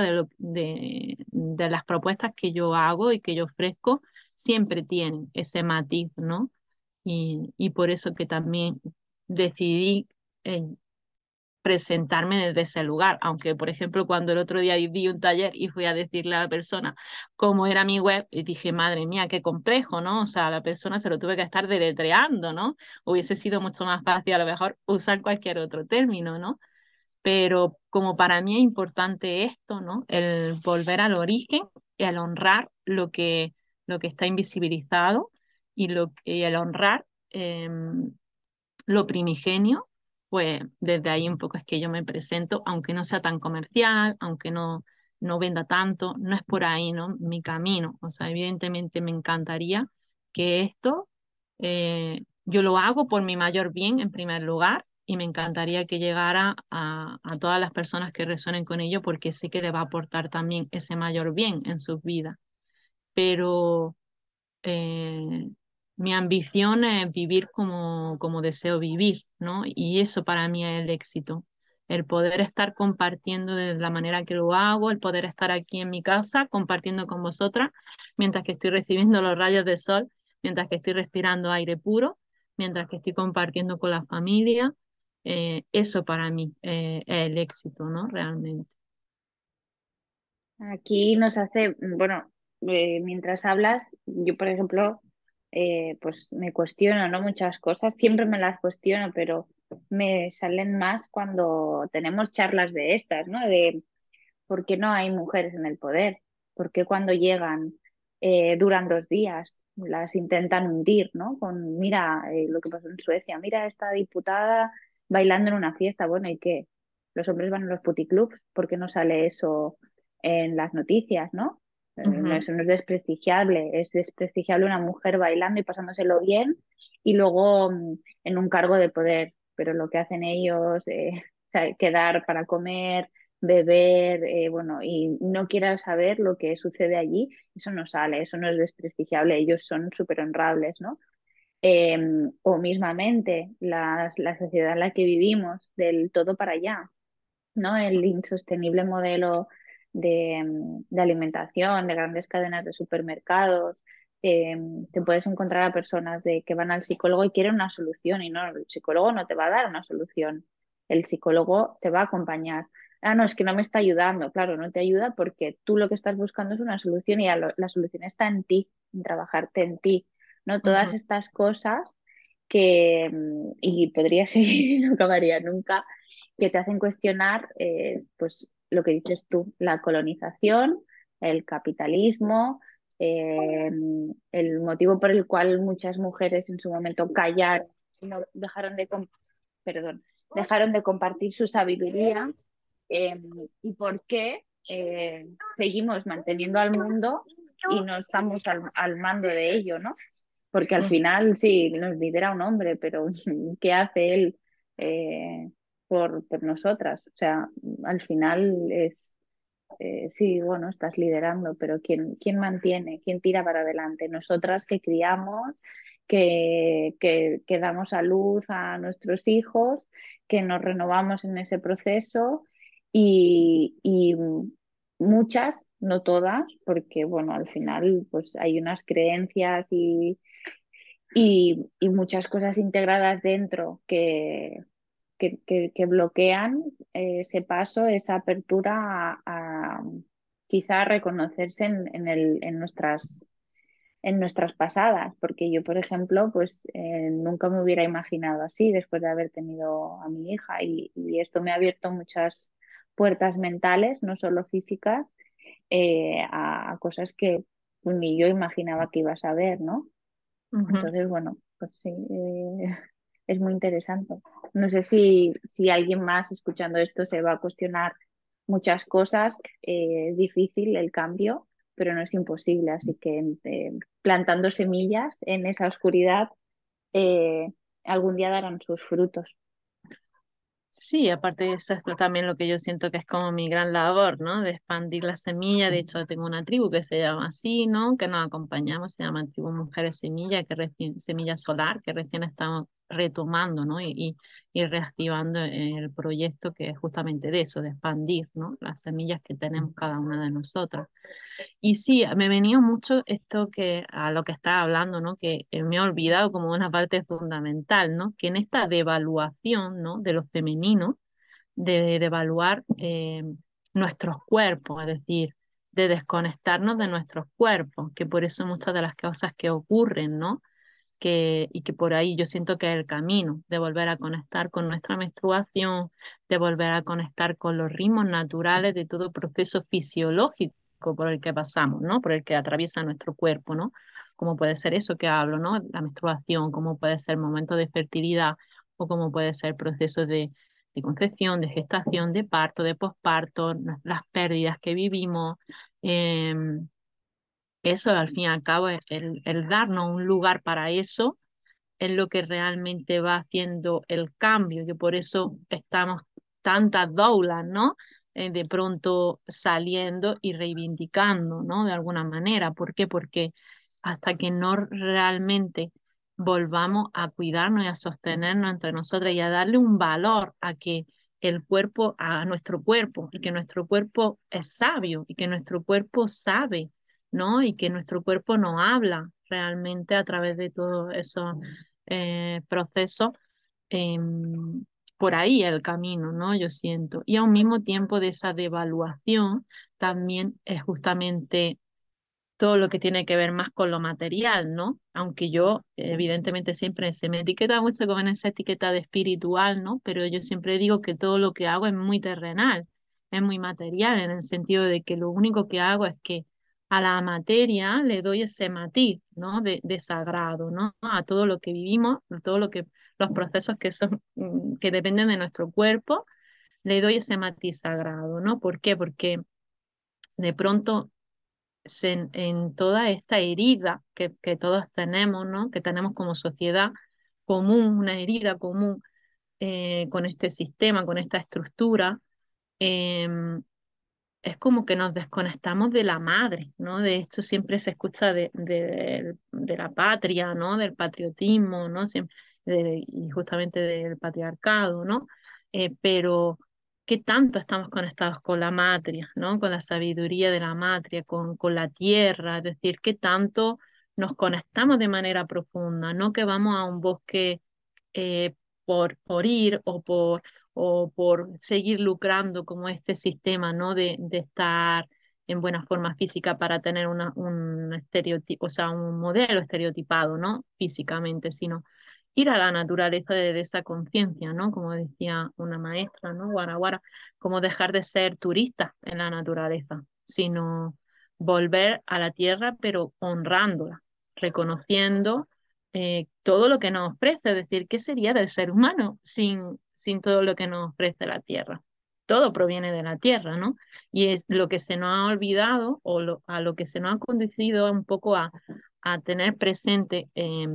de las propuestas que yo hago y que yo ofrezco, siempre tienen ese matiz, ¿no? Y por eso que también decidí eh, presentarme desde ese lugar, aunque por ejemplo cuando el otro día di un taller y fui a decirle a la persona cómo era mi web, y dije, madre mía, qué complejo, ¿no? O sea, a la persona se lo tuve que estar deletreando, ¿no? Hubiese sido mucho más fácil a lo mejor usar cualquier otro término, ¿no? Pero como para mí es importante esto, ¿no? El volver al origen y el honrar lo que está invisibilizado y el honrar lo primigenio, pues desde ahí un poco es que yo me presento, aunque no sea tan comercial, aunque no venda tanto, no es por ahí, ¿no? Mi camino. O sea, evidentemente me encantaría que esto yo lo hago por mi mayor bien en primer lugar y me encantaría que llegara a todas las personas que resuenen con ello porque sé que le va a aportar también ese mayor bien en sus vidas. Pero eh, mi ambición es vivir como deseo vivir, ¿no? Y eso para mí es el éxito. El poder estar compartiendo de la manera que lo hago, el poder estar aquí en mi casa compartiendo con vosotras, mientras que estoy recibiendo los rayos de sol, mientras que estoy respirando aire puro, mientras que estoy compartiendo con la familia, Eso para mí es el éxito, ¿no? Realmente. Aquí nos hace, bueno, mientras hablas, yo por ejemplo, pues me cuestiono, ¿no? Muchas cosas, siempre me las cuestiono, pero me salen más cuando tenemos charlas de estas, ¿no? De por qué no hay mujeres en el poder, por qué cuando llegan duran 2 días, las intentan hundir, ¿no? Con, mira, lo que pasó en Suecia, mira esta diputada bailando en una fiesta, bueno, ¿y qué? Los hombres van a los puticlubs, ¿por qué no sale eso en las noticias, ¿no? No, Ujú, eso no es desprestigiable, es desprestigiable una mujer bailando y pasándoselo bien y luego en un cargo de poder, pero lo que hacen ellos, o sea, quedar para comer, beber, bueno, y no quieras saber lo que sucede allí, eso no sale, eso no es desprestigiable, ellos son súper honrables, ¿no? Eh, o mismamente la sociedad en la que vivimos, del todo para allá, ¿no? El insostenible modelo de alimentación, de grandes cadenas de supermercados. eh, Te puedes encontrar a personas que van al psicólogo y quieren una solución y no, el psicólogo no te va a dar una solución, el psicólogo te va a acompañar. Ah, no, es que no me está ayudando. Claro, no te ayuda porque tú lo que estás buscando es una solución y la solución está en ti, en trabajarte en ti, ¿no? Todas ujú, estas cosas y podría seguir y no acabaría nunca, que te hacen cuestionar, pues lo que dices tú, la colonización, el capitalismo, eh, el motivo por el cual muchas mujeres en su momento callaron, no dejaron perdón, dejaron de compartir su sabiduría, eh, y por qué seguimos manteniendo al mundo y no estamos al mando de ello, ¿no? Porque al ujú. final sí, nos lidera un hombre, pero ¿qué hace él por nosotras? O sea, al final es, sí, bueno, estás liderando, pero ¿quién mantiene? ¿Quién tira para adelante? Nosotras que criamos, que damos a luz a nuestros hijos, que nos renovamos en ese proceso y muchas, no todas, porque bueno, al final pues hay unas creencias y muchas cosas integradas dentro que bloquean ese paso, esa apertura a quizá reconocerse en nuestras pasadas, porque yo, por ejemplo, pues nunca me hubiera imaginado así después de haber tenido a mi hija y esto me ha abierto muchas puertas mentales, no solo físicas, a cosas que ni yo imaginaba que iba a saber, ¿no? Ujú. Entonces, bueno, pues sí, es muy interesante. No sé si alguien más escuchando esto se va a cuestionar muchas cosas, es difícil el cambio, pero no es imposible. Así que plantando semillas en esa oscuridad, eh, algún día darán sus frutos. Sí, aparte de eso, esto también lo que yo siento que es como mi gran labor, ¿no? De expandir la semilla. De hecho, tengo una tribu que se llama así, ¿no? Que nos acompañamos, se llama Tribu Mujeres Semilla, Semilla Solar, que recién estamos retomando, ¿no? Y reactivando el proyecto que es justamente de eso, de expandir, ¿no? Las semillas que tenemos cada una de nosotras. Y sí, me venía mucho esto que a lo que estaba hablando, ¿no? Que me he olvidado como una parte fundamental, ¿no? Que en esta devaluación, ¿no? De lo femenino, de devaluar nuestros cuerpos, es decir, de desconectarnos de nuestros cuerpos, que por eso muchas de las cosas que ocurren, ¿no? Y que por ahí yo siento que es el camino de volver a conectar con nuestra menstruación, de volver a conectar con los ritmos naturales de todo proceso fisiológico por el que pasamos, ¿no? Por el que atraviesa nuestro cuerpo, ¿no? Como puede ser eso que hablo, ¿no? La menstruación, como puede ser el momento de fertilidad o como puede ser el proceso de concepción, de gestación, de parto, de posparto, las pérdidas que vivimos. em, Eso al fin y al cabo, el darnos un lugar para eso es lo que realmente va haciendo el cambio, que por eso estamos tantas doulas, ¿no? De pronto saliendo y reivindicando, ¿no? De alguna manera. ¿Por qué? Porque hasta que no realmente volvamos a cuidarnos y a sostenernos entre nosotras y a darle un valor a que el cuerpo, a nuestro cuerpo, y que nuestro cuerpo es sabio, y que nuestro cuerpo sabe, ¿no? Y que nuestro cuerpo nos habla realmente a través de todo eso proceso, por ahí el camino, ¿no? Yo siento. Y a un mismo tiempo de esa devaluación también es justamente todo lo que tiene que ver más con lo material, ¿no? Aunque yo, evidentemente, siempre se me etiqueta mucho como en esa etiqueta de espiritual, ¿no? Pero yo siempre digo que todo lo que hago es muy terrenal, es muy material, en el sentido de que lo único que hago es que a la materia le doy ese matiz, ¿no? De sagrado, ¿no? A todo lo que vivimos, a todo lo que, los procesos que son, que dependen de nuestro cuerpo, le doy ese matiz sagrado, ¿no? ¿Por qué? Porque de pronto en toda esta herida que todos tenemos, ¿no? Que tenemos como sociedad común, una herida común con este sistema, con esta estructura, em, es como que nos desconectamos de la madre, ¿no? De esto siempre se escucha de la patria, ¿no? Del patriotismo, ¿no? Y justamente del patriarcado, ¿no? Pero ¿qué tanto estamos conectados con la matria, ¿no? Con la sabiduría de la matria, con la tierra? Es decir, ¿qué tanto nos conectamos de manera profunda? No que vamos a un bosque por ir o por seguir lucrando como este sistema, ¿no? De estar en buena forma física para tener un estereotipo, o sea, un modelo estereotipado, ¿no? Físicamente, sino ir a la naturaleza de esa conciencia, ¿no? Como decía una maestra, ¿no? Guara, como dejar de ser turista en la naturaleza, sino volver a la tierra, pero honrándola, reconociendo todo lo que nos ofrece, es decir, ¿qué sería del ser humano sin todo lo que nos ofrece la tierra? Todo proviene de la tierra, ¿no? Y es lo que se nos ha olvidado a lo que se nos ha conducido un poco a tener presente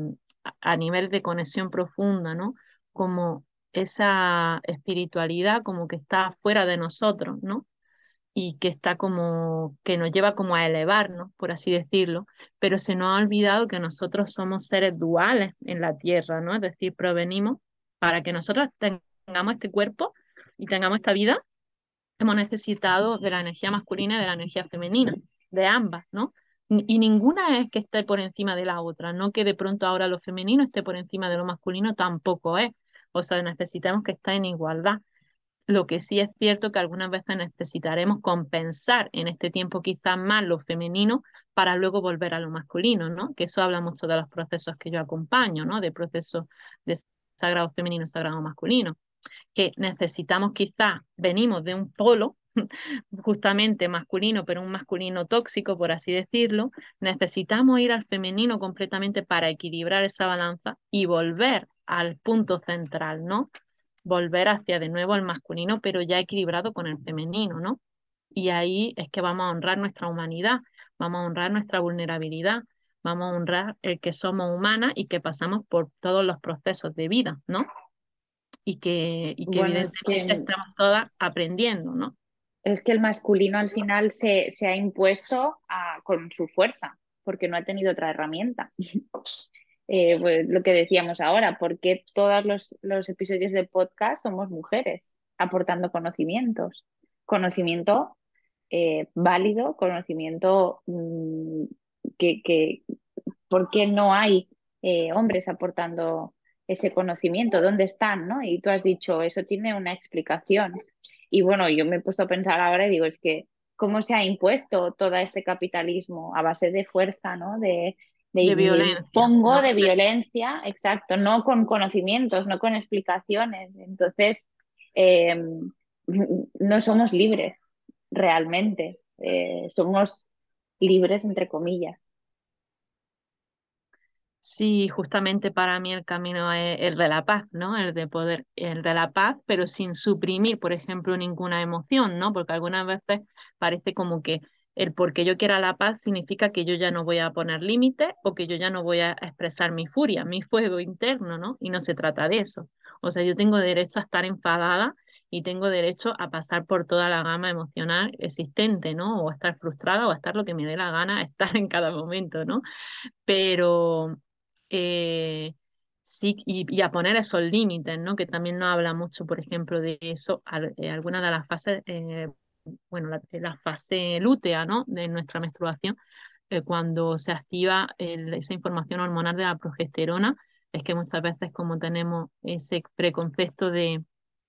a nivel de conexión profunda, ¿no? Como esa espiritualidad como que está fuera de nosotros, ¿no? Y que está como, que nos lleva como a elevarnos, por así decirlo, pero se nos ha olvidado que nosotros somos seres duales en la tierra, ¿no? Es decir, provenimos para que nosotros tengamos este cuerpo y tengamos esta vida, hemos necesitado de la energía masculina y de la energía femenina, de ambas, ¿no? Y ninguna es que esté por encima de la otra, no que de pronto ahora lo femenino esté por encima de lo masculino, tampoco es. O sea, necesitamos que esté en igualdad. Lo que sí es cierto que algunas veces necesitaremos compensar en este tiempo quizás más lo femenino para luego volver a lo masculino, ¿no? Que eso habla mucho de los procesos que yo acompaño, ¿no? De procesos de sagrado femenino, sagrado masculino, que necesitamos quizás, venimos de un polo justamente masculino, pero un masculino tóxico, por así decirlo, necesitamos ir al femenino completamente para equilibrar esa balanza y volver al punto central, ¿no? Volver hacia de nuevo el masculino, pero ya equilibrado con el femenino, ¿no? Y ahí es que vamos a honrar nuestra humanidad, vamos a honrar nuestra vulnerabilidad, vamos a honrar el que somos humanas y que pasamos por todos los procesos de vida, ¿no? Y que Bueno, evidentemente estamos todas aprendiendo, ¿no? es que el masculino al final se ha impuesto con su fuerza, porque no ha tenido otra herramienta. Pues lo que decíamos ahora, porque todos los episodios de podcast somos mujeres aportando conocimientos. Conocimiento válido, conocimiento que, ¿por qué no hay hombres aportando ese conocimiento? ¿Dónde están? ¿No? Y tú has dicho, eso tiene una explicación. Y bueno, yo me he puesto a pensar ahora y digo, es que, ¿cómo se ha impuesto todo este capitalismo a base de fuerza, ¿no? De Me violencia, impongo ¿no? de violencia, exacto, no con conocimientos, no con explicaciones. Entonces, eh, no somos libres realmente. Somos libres entre comillas. Sí, justamente para mí el camino es el de la paz, ¿no? El de poder, el de la paz, pero sin suprimir, por ejemplo, ninguna emoción, ¿no? Porque algunas veces parece como que el porque yo quiera la paz significa que yo ya no voy a poner límites o que yo ya no voy a expresar mi furia, mi fuego interno, ¿no? Y no se trata de eso. O sea, yo tengo derecho a estar enfadada y tengo derecho a pasar por toda la gama emocional existente, ¿no? O a estar frustrada o a estar lo que me dé la gana, estar en cada momento, ¿no? Pero eh, sí, y a poner esos límites, ¿no? Que también nos habla mucho, por ejemplo, de eso, algunas de las fases, bueno, la fase lútea, ¿no? De nuestra menstruación, cuando se activa esa información hormonal de la progesterona, es que muchas veces como tenemos ese preconcepto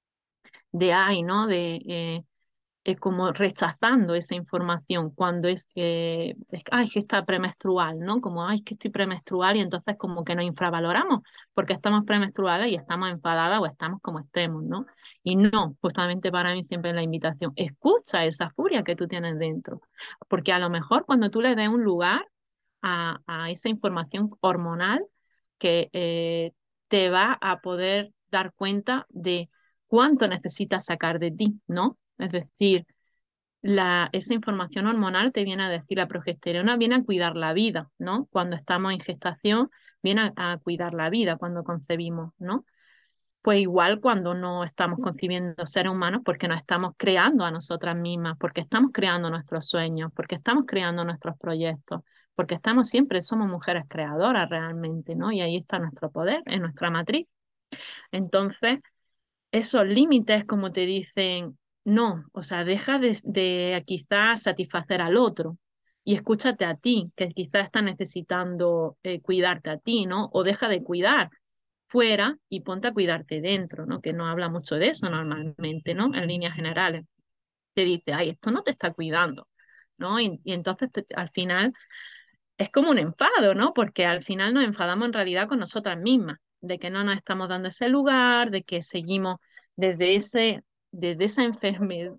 ay, ¿no? Como rechazando esa información cuando ay, que está premenstrual, ¿no? Como, ay, que estoy premenstrual y entonces como que nos infravaloramos porque estamos premenstruales y estamos enfadadas o estamos como estemos, ¿no? Y no, justamente para mí siempre es la invitación, escucha esa furia que tú tienes dentro, porque a lo mejor cuando tú le des un lugar a esa información hormonal que te va a poder dar cuenta de cuánto necesitas sacar de ti, ¿no? Es decir, esa información hormonal te viene a decir, la progesterona viene a cuidar la vida, ¿no? Cuando estamos en gestación, viene a cuidar la vida cuando concebimos, ¿no? Pues igual cuando no estamos concibiendo seres humanos, porque nos estamos creando a nosotras mismas, porque estamos creando nuestros sueños, porque estamos creando nuestros proyectos, porque estamos siempre, somos mujeres creadoras realmente, ¿no? Y ahí está nuestro poder, en nuestra matriz. Entonces, esos límites, como te dicen, no, o sea, deja de quizás satisfacer al otro y escúchate a ti, que quizás está necesitando cuidarte a ti, ¿no? O deja de cuidar fuera y ponte a cuidarte dentro, ¿no? Que no habla mucho de eso normalmente, ¿no? En líneas generales. Te dice, ay, esto no te está cuidando, ¿no? Y entonces al final es como un enfado, ¿no? Porque al final nos enfadamos en realidad con nosotras mismas, de que no nos estamos dando ese lugar, de que seguimos desde desde esa enfermedad,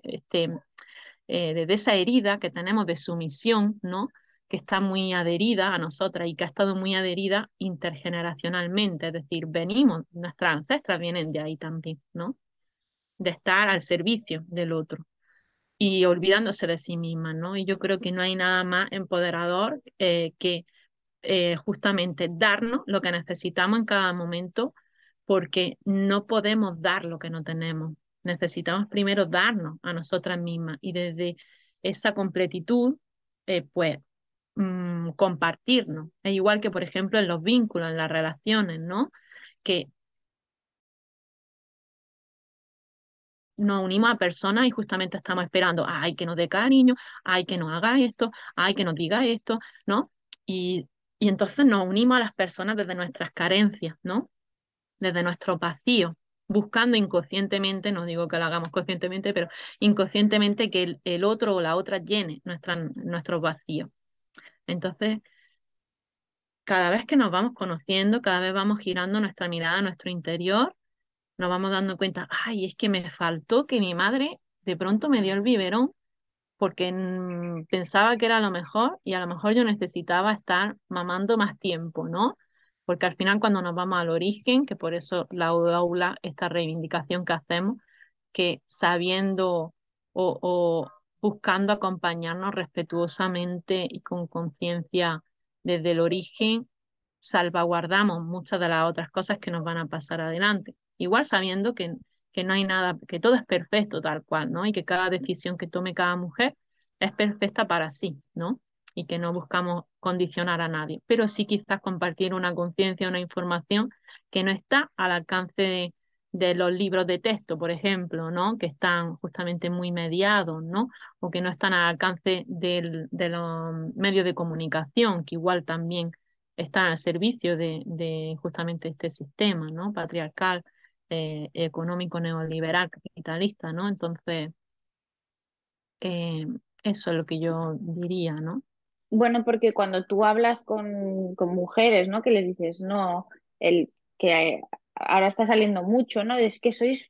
desde esa herida que tenemos de sumisión, ¿no? Que está muy adherida a nosotras y que ha estado muy adherida intergeneracionalmente, es decir, venimos, nuestras ancestras vienen de ahí también, ¿no? De estar al servicio del otro y olvidándose de sí mismas, ¿no? Y yo creo que no hay nada más empoderador que justamente darnos lo que necesitamos en cada momento, porque no podemos dar lo que no tenemos. Necesitamos primero darnos a nosotras mismas y desde esa completitud, pues compartirnos. Es igual que, por ejemplo, en los vínculos, en las relaciones, ¿no? Que nos unimos a personas y justamente estamos esperando, ay, que nos dé cariño, ay, que nos haga esto, ay, que nos diga esto, ¿no? Y, y entonces nos unimos a las personas desde nuestras carencias, ¿no? Desde nuestro vacío, buscando inconscientemente, no digo que lo hagamos conscientemente, pero inconscientemente que el otro o la otra llene nuestros vacíos. Entonces, cada vez que nos vamos conociendo, cada vez vamos girando nuestra mirada a nuestro interior, nos vamos dando cuenta, ay, es que me faltó que mi madre de pronto me dio el biberón porque pensaba que era lo mejor y a lo mejor yo necesitaba estar mamando más tiempo, ¿no? Porque al final cuando nos vamos al origen, que por eso la aula, esta reivindicación que hacemos, que sabiendo o buscando acompañarnos respetuosamente y con conciencia desde el origen, salvaguardamos muchas de las otras cosas que nos van a pasar adelante. Igual sabiendo que no hay nada, que todo es perfecto tal cual, ¿no? Y que cada decisión que tome cada mujer es perfecta para sí, ¿no? Y que no buscamos condicionar a nadie, pero sí quizás compartir una conciencia, una información que no está al alcance de los libros de texto, por ejemplo, ¿no? Que están justamente muy mediados, ¿no? O que no están al alcance de los medios de comunicación, que igual también están al servicio de justamente este sistema, ¿no? Patriarcal, económico, neoliberal, capitalista, ¿no? Entonces, eh, eso es lo que yo diría, ¿no? Bueno, porque cuando tú hablas con mujeres, ¿no? Que les dices, no, el que ahora está saliendo mucho, ¿no? Es que sois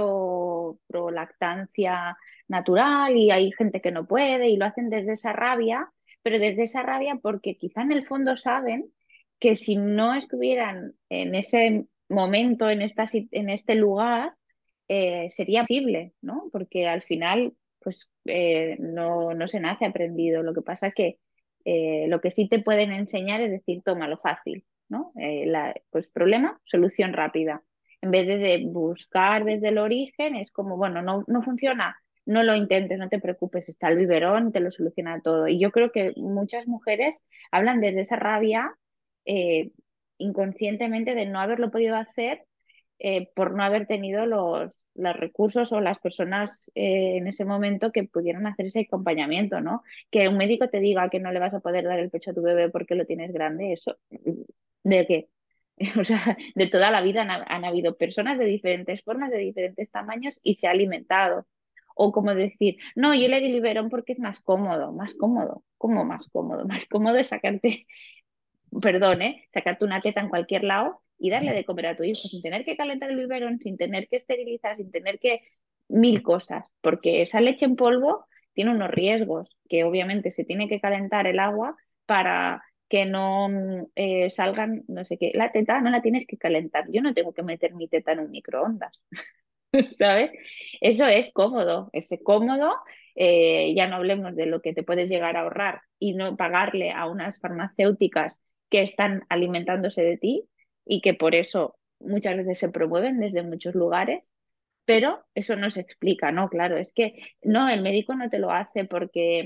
pro lactancia natural y hay gente que no puede y lo hacen desde esa rabia, pero desde esa rabia porque quizá en el fondo saben que si no estuvieran en ese momento, en este lugar, sería posible, ¿no? Porque al final, pues no se nace aprendido. Lo que pasa que lo que sí te pueden enseñar es decir, toma lo fácil, ¿no? Pues problema, solución rápida. En vez de buscar desde el origen, es como, bueno, no funciona, no lo intentes, no te preocupes, está el biberón, te lo soluciona todo. Y yo creo que muchas mujeres hablan desde esa rabia eh, inconscientemente de no haberlo podido hacer por no haber tenido los recursos o las personas en ese momento que pudieran hacer ese acompañamiento, ¿no? Que un médico te diga que no le vas a poder dar el pecho a tu bebé porque lo tienes grande, eso, ¿de qué? O sea, de toda la vida han habido personas de diferentes formas, de diferentes tamaños y se ha alimentado. O como decir, no, yo le di biberón porque es más cómodo. ¿Cómo más cómodo? Más cómodo es sacarte, perdón, sacarte una teta en cualquier lado y darle de comer a tu hijo sin tener que calentar el biberón, sin tener que esterilizar, sin tener que mil cosas, porque esa leche en polvo tiene unos riesgos, que obviamente se tiene que calentar el agua para que no salgan, no sé qué, la teta no la tienes que calentar, yo no tengo que meter mi teta en un microondas, ¿sabes? Eso es cómodo, ese cómodo, ya no hablemos de lo que te puedes llegar a ahorrar y no pagarle a unas farmacéuticas que están alimentándose de ti y que por eso muchas veces se promueven desde muchos lugares, pero eso no se explica, ¿no? Claro, es que no, el médico no te lo hace porque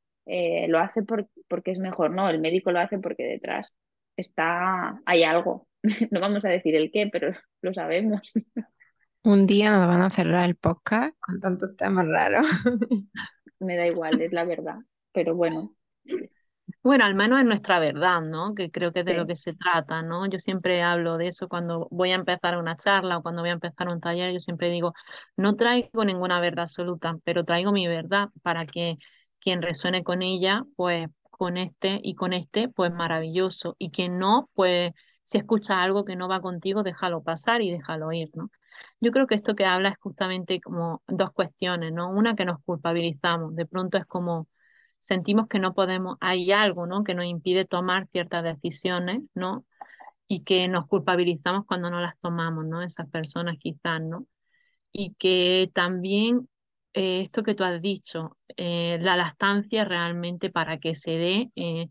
lo hace porque es mejor, no, el médico lo hace porque detrás hay algo. No vamos a decir el qué, pero lo sabemos. Un día nos van a cerrar el podcast con tantos temas raros. Me da igual, es la verdad. Pero bueno, Bueno, al menos es nuestra verdad, ¿no? Que creo que es de lo sí. que se trata, ¿no? Yo siempre hablo de eso cuando voy a empezar una charla o cuando voy a empezar un taller, yo siempre digo, no traigo ninguna verdad absoluta, pero traigo mi verdad para que quien resuene con ella, pues con este, pues maravilloso. Y quien no, pues si escucha algo que no va contigo, déjalo pasar y déjalo ir, ¿no? Yo creo que esto que habla es justamente como dos cuestiones, ¿no? Una que nos culpabilizamos, de pronto es como sentimos que no podemos, hay algo, ¿no? Que nos impide tomar ciertas decisiones, ¿no? Y que nos culpabilizamos cuando no las tomamos, ¿no? Esas personas quizás, ¿no? Y que también esto que tú has dicho, la lactancia realmente para que se dé,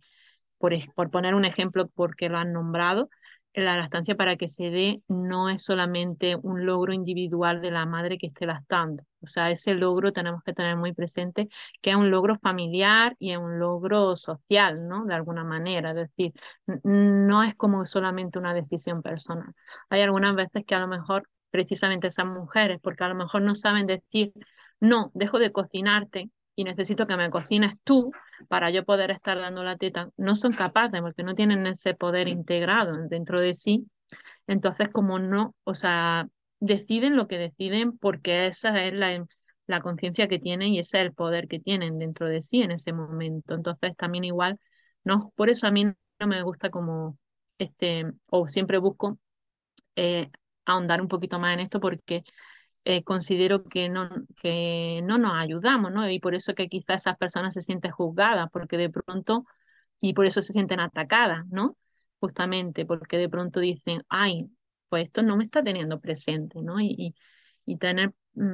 por poner un ejemplo porque lo han nombrado, la lactancia para que se dé no es solamente un logro individual de la madre que esté lactando. O sea, ese logro tenemos que tener muy presente que es un logro familiar y es un logro social, ¿no? De alguna manera. Es decir, no es como solamente una decisión personal. Hay algunas veces que a lo mejor precisamente esas mujeres, porque a lo mejor no saben decir, no, dejo de cocinarte y necesito que me cocines tú para yo poder estar dando la teta, no son capaces porque no tienen ese poder integrado dentro de sí. Entonces, como no, o sea, deciden lo que deciden porque esa es la conciencia que tienen y ese es el poder que tienen dentro de sí en ese momento. Entonces, también igual, no, por eso a mí no me gusta como o siempre busco eh, ahondar un poquito más en esto porque considero que no nos ayudamos, ¿no? Y por eso que quizás esas personas se sienten juzgadas, porque de pronto, y por eso se sienten atacadas, ¿no? Justamente porque de pronto dicen, ay, pues esto no me está teniendo presente, ¿no? Y tener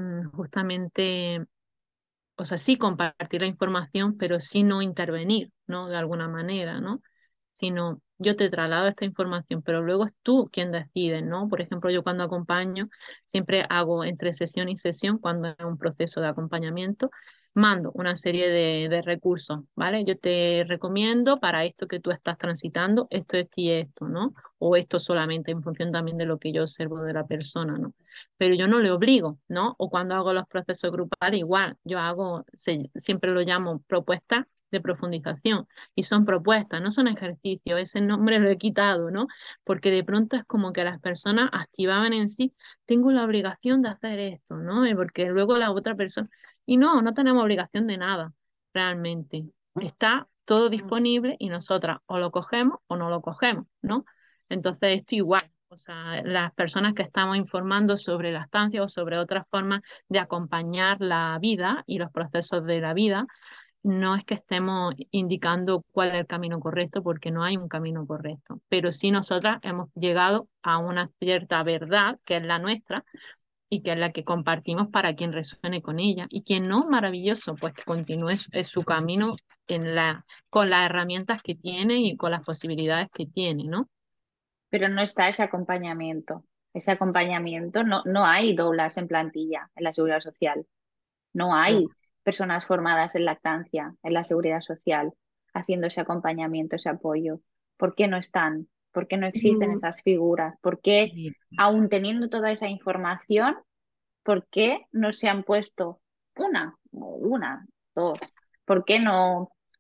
justamente, o sea, sí compartir la información, pero sí no intervenir, ¿no? De alguna manera, ¿no? Sino yo te traslado esta información, pero luego es tú quien decide, ¿no? Por ejemplo, yo cuando acompaño, siempre hago entre sesión y sesión, cuando es un proceso de acompañamiento, mando una serie de recursos, ¿vale? Yo te recomiendo para esto que tú estás transitando, esto y esto, ¿no? O esto solamente en función también de lo que yo observo de la persona, ¿no? Pero yo no le obligo, ¿no? O cuando hago los procesos grupales, igual, yo hago, siempre lo llamo propuestas de profundización y son propuestas, no son ejercicios, ese nombre lo he quitado, ¿no? Porque de pronto es como que las personas activaban en sí, tengo la obligación de hacer esto, ¿no? Y porque luego la otra persona, y no, no tenemos obligación de nada, realmente. Está todo disponible y nosotras o lo cogemos o no lo cogemos, ¿no? Entonces esto igual. O sea, las personas que estamos informando sobre la estancia o sobre otras formas de acompañar la vida y los procesos de la vida, no es que estemos indicando cuál es el camino correcto, porque no hay un camino correcto, pero sí nosotras hemos llegado a una cierta verdad, que es la nuestra, y que es la que compartimos para quien resuene con ella. Y quien no, maravilloso, pues que continúe su camino con las herramientas que tiene y con las posibilidades que tiene, ¿no? Pero no está ese acompañamiento. Ese acompañamiento, no hay doulas en plantilla en la seguridad social. No No. hay personas formadas en lactancia en la seguridad social haciendo ese acompañamiento, ese apoyo. ¿Por qué no están? ¿Por qué no existen Mm, esas figuras? ¿Por qué, sí. aún teniendo toda esa información, por qué no se han puesto una, dos? ¿Por qué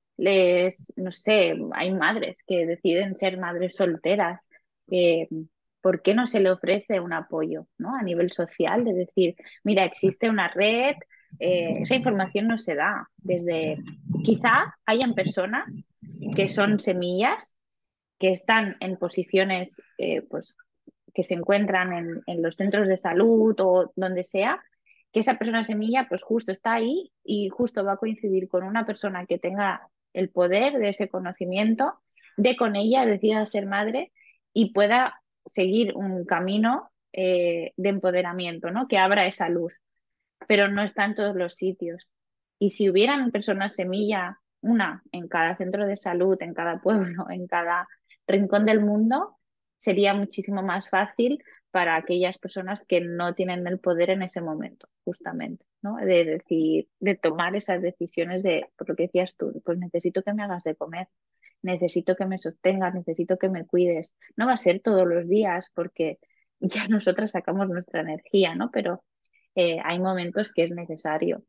no sé, hay madres que deciden ser madres solteras? ¿por qué no se le ofrece un apoyo, ¿no? A nivel social? De decir, mira, existe una red, esa información no se da. Quizá hayan personas que son semillas, que están en posiciones, pues, que se encuentran en los centros de salud o donde sea, que esa persona semilla pues justo está ahí y justo va a coincidir con una persona que tenga el poder de ese conocimiento, de con ella decida ser madre y pueda seguir un camino de empoderamiento, ¿no? Que abra esa luz, pero no está en todos los sitios. Y si hubieran personas semilla, una en cada centro de salud, en cada pueblo, en cada rincón del mundo, sería muchísimo más fácil para aquellas personas que no tienen el poder en ese momento, justamente, ¿no? De decir, de tomar esas decisiones de, por lo que decías tú, pues necesito que me hagas de comer, necesito que me sostengas, necesito que me cuides. No va a ser todos los días porque ya nosotras sacamos nuestra energía, ¿no? Pero hay momentos que es necesario.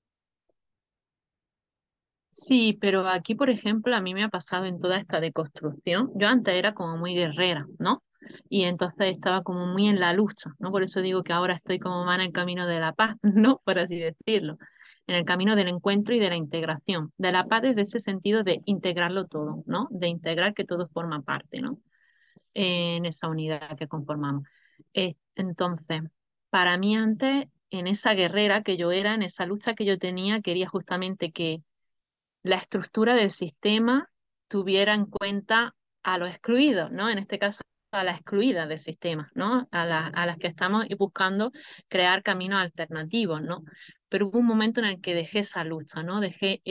Sí, pero aquí, por ejemplo, a mí me ha pasado en toda esta deconstrucción. Yo antes era como muy guerrera, ¿no? Y entonces estaba como muy en la lucha, ¿no? Por eso digo que ahora estoy como más en el camino de la paz, ¿no? Por así decirlo. En el camino del encuentro y de la integración. De la paz desde ese sentido de integrarlo todo, ¿no? De integrar que todo forma parte, ¿no? En esa unidad que conformamos. Entonces, para mí antes, en esa guerrera que yo era, en esa lucha que yo tenía, quería justamente que la estructura del sistema tuviera en cuenta a los excluidos, ¿no? En este caso, a las excluidas del sistema, ¿no? A las que estamos buscando crear caminos alternativos, ¿no? Pero hubo un momento en el que dejé esa lucha, ¿no? Dejé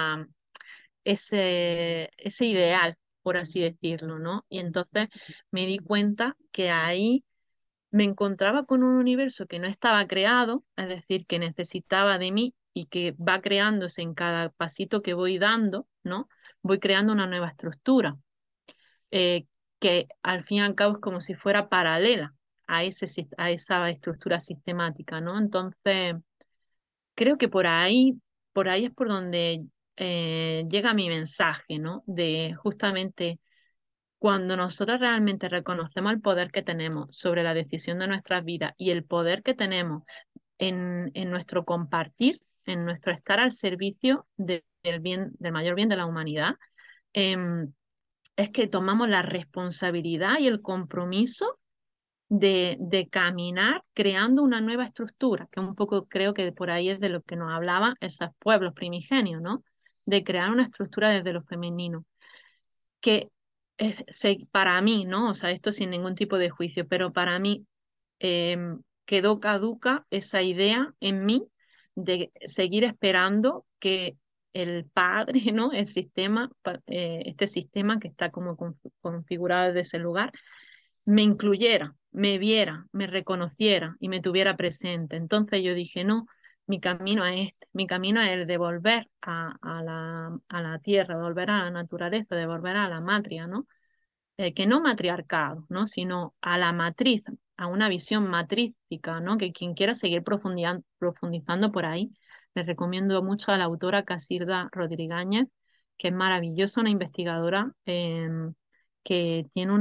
ese ideal, por así decirlo, ¿no? Y entonces me di cuenta que ahí me encontraba con un universo que no estaba creado, es decir, que necesitaba de mí y que va creándose en cada pasito que voy dando, ¿no? Voy creando una nueva estructura, eh, que al fin y al cabo es como si fuera paralela a esa estructura sistemática, ¿no? Entonces, creo que por ahí es por donde llega mi mensaje, ¿no? De justamente cuando nosotros realmente reconocemos el poder que tenemos sobre la decisión de nuestras vidas y el poder que tenemos en nuestro compartir, en nuestro estar al servicio del bien, del mayor bien de la humanidad, em, es que tomamos la responsabilidad y el compromiso de caminar creando una nueva estructura, que un poco creo que por ahí es de lo que nos hablaban esos pueblos primigenios, ¿no? De crear una estructura desde lo femenino que para mí, ¿no? O sea, esto sin ningún tipo de juicio, pero para mí quedó caduca esa idea en mí de seguir esperando que el padre, ¿no? El sistema, este sistema que está como configurado desde ese lugar, me incluyera, me viera, me reconociera y me tuviera presente. Entonces yo dije, no, mi camino es este, mi camino es el de volver a la tierra, de volver a la naturaleza, de volver a la matria, ¿no? Que no matriarcado, ¿no? Sino a la matriz, a una visión matrística, ¿no? Que quien quiera seguir profundizando por ahí, les recomiendo mucho a la autora Casilda Rodríguez, que es maravillosa, una investigadora que tiene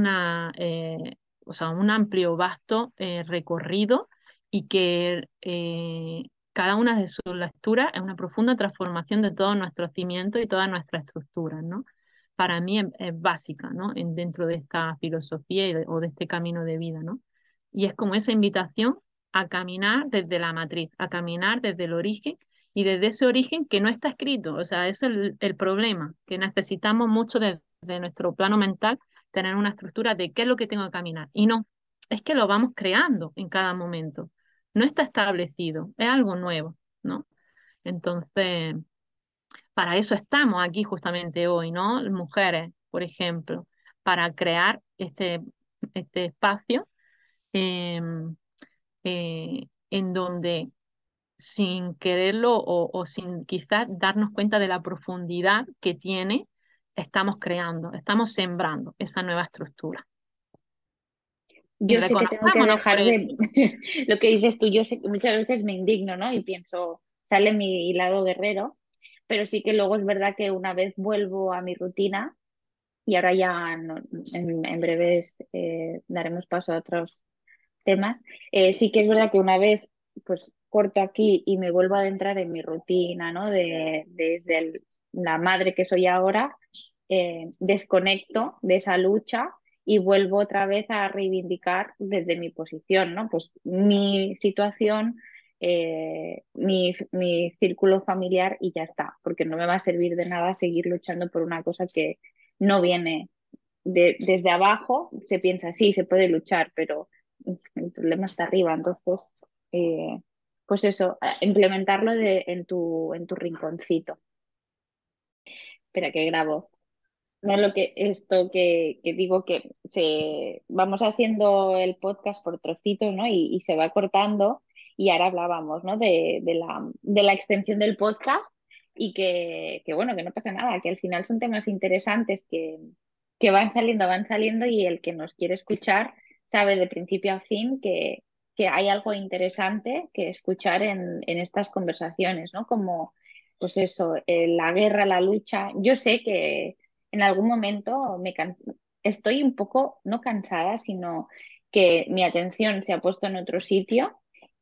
o sea, un amplio, vasto recorrido y que cada una de sus lecturas es una profunda transformación de todos nuestros cimientos y todas nuestras estructuras, ¿no? Para mí es básica, ¿no? Dentro de esta filosofía o de este camino de vida, ¿no? Y es como esa invitación a caminar desde la matriz, a caminar desde el origen y desde ese origen que no está escrito. O sea, ese es el problema, que necesitamos mucho desde nuestro plano mental tener una estructura de qué es lo que tengo que caminar. Y no, es que lo vamos creando en cada momento. No está establecido, es algo nuevo, ¿no? Entonces, para eso estamos aquí justamente hoy, ¿no? Mujeres, por ejemplo, para crear este espacio em, en donde sin quererlo o sin quizás darnos cuenta de la profundidad que tiene, estamos creando, estamos sembrando esa nueva estructura. Y Yo sé que tengo que reconozcámonos por dejar eso. de lo que dices tú, yo sé que muchas veces me indigno, ¿no? Y pienso, sale mi lado guerrero, pero sí que luego es verdad que una vez vuelvo a mi rutina y ahora ya en breves daremos paso a otros temas. Sí que es verdad que una vez pues corto aquí y me vuelvo a adentrar en mi rutina, ¿no? Desde la madre que soy ahora, desconecto de esa lucha y vuelvo otra vez a reivindicar desde mi posición, ¿no? Pues mi situación, mi círculo familiar y ya está, porque no me va a servir de nada seguir luchando por una cosa que no viene desde abajo. Se piensa, sí, se puede luchar, pero el problema está arriba. Entonces, pues eso, implementarlo en tu rinconcito. Espera, que grabo. No lo que esto que digo que vamos haciendo el podcast por trocitos, ¿no? Y se va cortando. Y ahora hablábamos, ¿no? De la extensión del podcast y que bueno, que no pasa nada, que al final son temas interesantes que van saliendo y el que nos quiere escuchar sabe de principio a fin que hay algo interesante que escuchar en estas conversaciones, ¿no? Como, pues eso, la guerra, la lucha. Yo sé que en algún momento estoy un poco, no cansada, sino que mi atención se ha puesto en otro sitio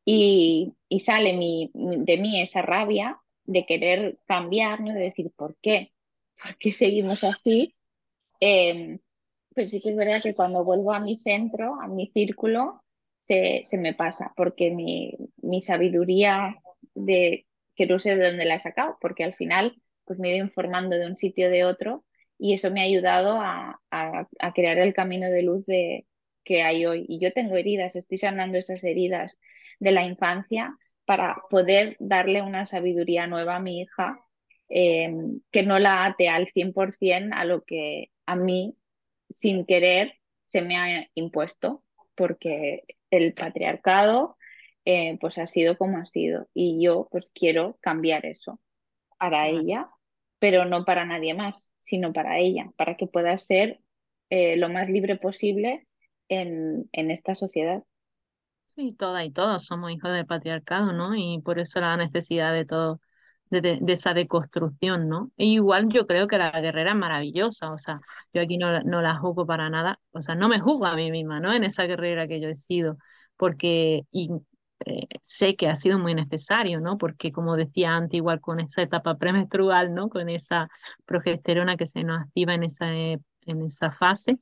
y sale de mí esa rabia de querer cambiar, ¿no? De decir, ¿por qué? ¿Por qué seguimos así? Eh, pero sí que es verdad que cuando vuelvo a mi centro, a mi círculo, se me pasa, porque mi sabiduría que no sé de dónde la he sacado, porque al final pues me he ido informando de un sitio o de otro y eso me ha ayudado a crear el camino de luz que hay hoy. Y yo tengo heridas, estoy sanando esas heridas de la infancia para poder darle una sabiduría nueva a mi hija, eh, que no la ate al 100% a lo que a mí, sin querer, se me ha impuesto, porque el patriarcado pues ha sido como ha sido y yo pues quiero cambiar eso para Claro. ella, pero no para nadie más, sino para ella, para que pueda ser lo más libre posible en esta sociedad. Sí, todas y todos somos hijos del patriarcado, ¿no? Y por eso la necesidad de todo, de esa deconstrucción, ¿no? E igual yo creo que la guerrera es maravillosa, o sea, yo aquí no la juzgo para nada, o sea, no me juzgo a mí misma, ¿no? En esa guerrera que yo he sido, porque sé que ha sido muy necesario, ¿no? Porque como decía antes, igual con esa etapa premenstrual, ¿no? Con esa progesterona que se nos activa en esa fase,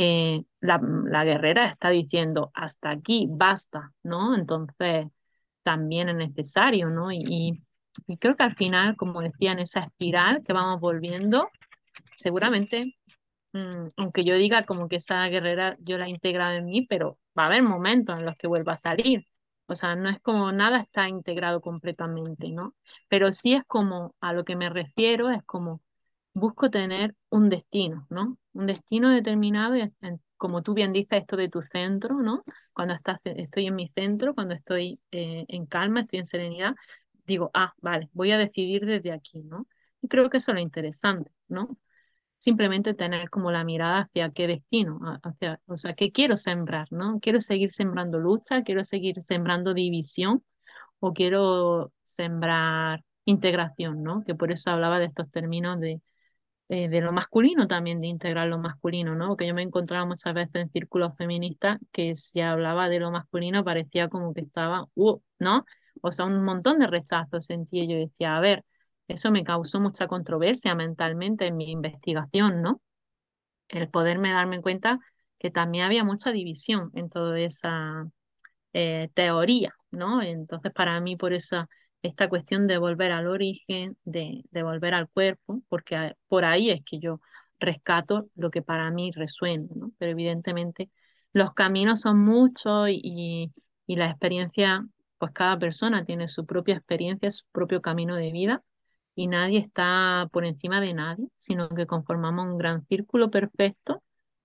la guerrera está diciendo hasta aquí, basta, ¿no? Entonces también es necesario, ¿no? Y creo que al final, como decía, en esa espiral que vamos volviendo, seguramente, aunque yo diga como que esa guerrera yo la he integrado en mí, pero va a haber momentos en los que vuelva a salir. O sea, no es como nada está integrado completamente, ¿no? Pero sí es como, a lo que me refiero, es como busco tener un destino, ¿no? Un destino determinado, y como tú bien dices, esto de tu centro, ¿no? Cuando estoy en mi centro, cuando estoy en calma, estoy en serenidad, digo, ah, vale, voy a decidir desde aquí, ¿no? Y creo que eso es lo interesante, ¿no? Simplemente tener como la mirada hacia qué destino, hacia, o sea, qué quiero sembrar, ¿no? Quiero seguir sembrando lucha, quiero seguir sembrando división o quiero sembrar integración, ¿no? Que por eso hablaba de estos términos de lo masculino también, de integrar lo masculino, ¿no? Porque yo me encontraba muchas veces en círculos feministas que si hablaba de lo masculino parecía como que estaba, ¿no? O sea, un montón de rechazos sentía. Yo decía, a ver, eso me causó mucha controversia mentalmente en mi investigación, ¿no? El poderme darme cuenta que también había mucha división en toda esa teoría, ¿no? Entonces, para mí, por eso, esta cuestión de volver al origen, de volver al cuerpo, porque por ahí es que yo rescato lo que para mí resuena, ¿no? Pero evidentemente los caminos son muchos y la experiencia, pues cada persona tiene su propia experiencia, su propio camino de vida. Y nadie está por encima de nadie, sino que conformamos un gran círculo perfecto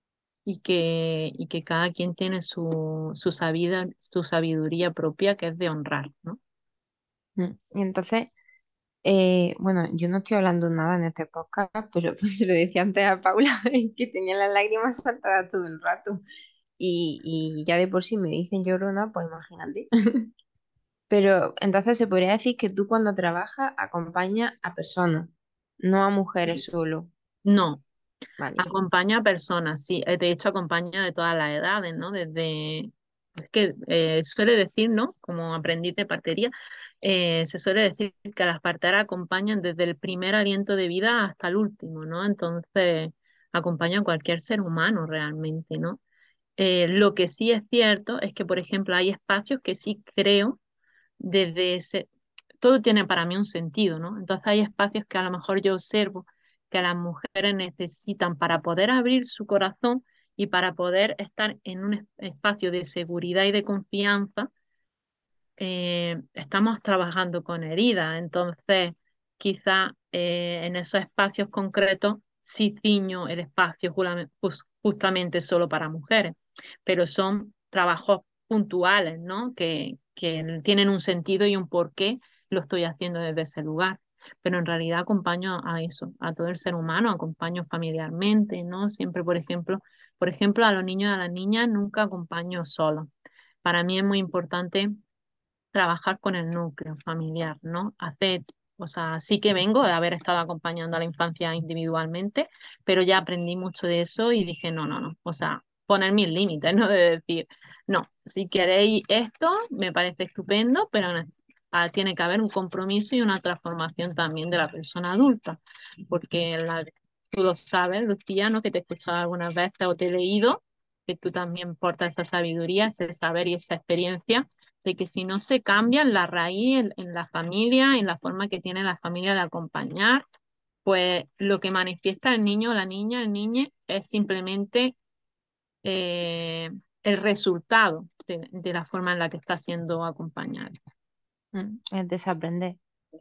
y que cada quien tiene su sabiduría propia que es de honrar, ¿no? Y entonces, bueno, yo no estoy hablando nada en este podcast, pero pues se lo decía antes a Paula, que tenía las lágrimas saltadas todo el rato. Y ya de por sí me dicen llorona, pues imagínate. Pero entonces se podría decir que tú cuando trabajas acompañas a personas, no a mujeres solo. No, Vale. Acompaño a personas, sí. De hecho, acompaño de todas las edades, ¿no? Desde, es que suele decir, ¿no? Como aprendiz de partería, se suele decir que las parteras acompañan desde el primer aliento de vida hasta el último, ¿no? Entonces, acompaño a cualquier ser humano realmente, ¿no? Lo que sí es cierto es que, por ejemplo, hay espacios que sí creo desde ese, todo tiene para mí un sentido, ¿no? Entonces hay espacios que a lo mejor yo observo que las mujeres necesitan para poder abrir su corazón y para poder estar en un espacio de seguridad y de confianza. Estamos trabajando con heridas, entonces quizá en esos espacios concretos sí ciño el espacio justamente solo para mujeres, pero son trabajos puntuales, ¿no? Que tienen un sentido y un porqué lo estoy haciendo desde ese lugar. Pero en realidad acompaño a eso, a todo el ser humano, acompaño familiarmente, ¿no? Siempre, por ejemplo, a los niños y a las niñas nunca acompaño solo. Para mí es muy importante trabajar con el núcleo familiar, ¿no? O sea, sí que vengo de haber estado acompañando a la infancia individualmente, pero ya aprendí mucho de eso y dije, no, no, no, o sea, poner mis límites, ¿no? De decir, no, si queréis esto, me parece estupendo, pero tiene que haber un compromiso y una transformación también de la persona adulta, porque tú lo sabes, Lucía, ¿no? Que te he escuchado algunas veces o te he leído, que tú también portas esa sabiduría, ese saber y esa experiencia de que si no se cambia la raíz en la familia, en la forma que tiene la familia de acompañar, pues lo que manifiesta el niño, la niña, el niño es simplemente el resultado de la forma en la que está siendo acompañado. Es desaprender.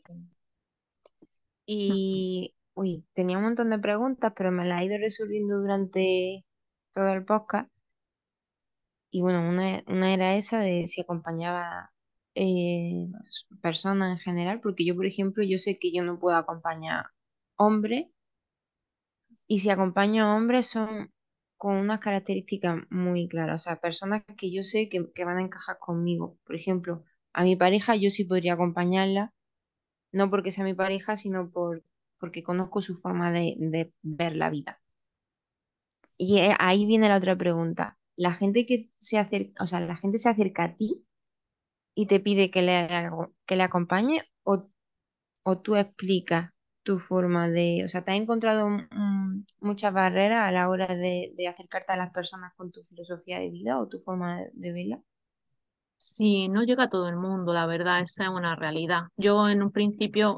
Y, uy, tenía un montón de preguntas, pero me las he ido resolviendo durante todo el podcast. Y bueno, una era esa de si acompañaba personas en general, porque yo, por ejemplo, yo sé que yo no puedo acompañar hombres, y si acompaño a hombres son con unas características muy claras, o sea, personas que yo sé que van a encajar conmigo. Por ejemplo, a mi pareja yo sí podría acompañarla, no porque sea mi pareja, sino porque conozco su forma de ver la vida. Y ahí viene la otra pregunta. La gente que se acerca, o sea, la gente se acerca a ti y te pide que le acompañe o tú explicas tu forma de, o sea, ¿te has encontrado muchas barreras a la hora de acercarte a las personas con tu filosofía de vida o tu forma de verla? Sí, no llega a todo el mundo, la verdad, esa es una realidad. Yo en un principio,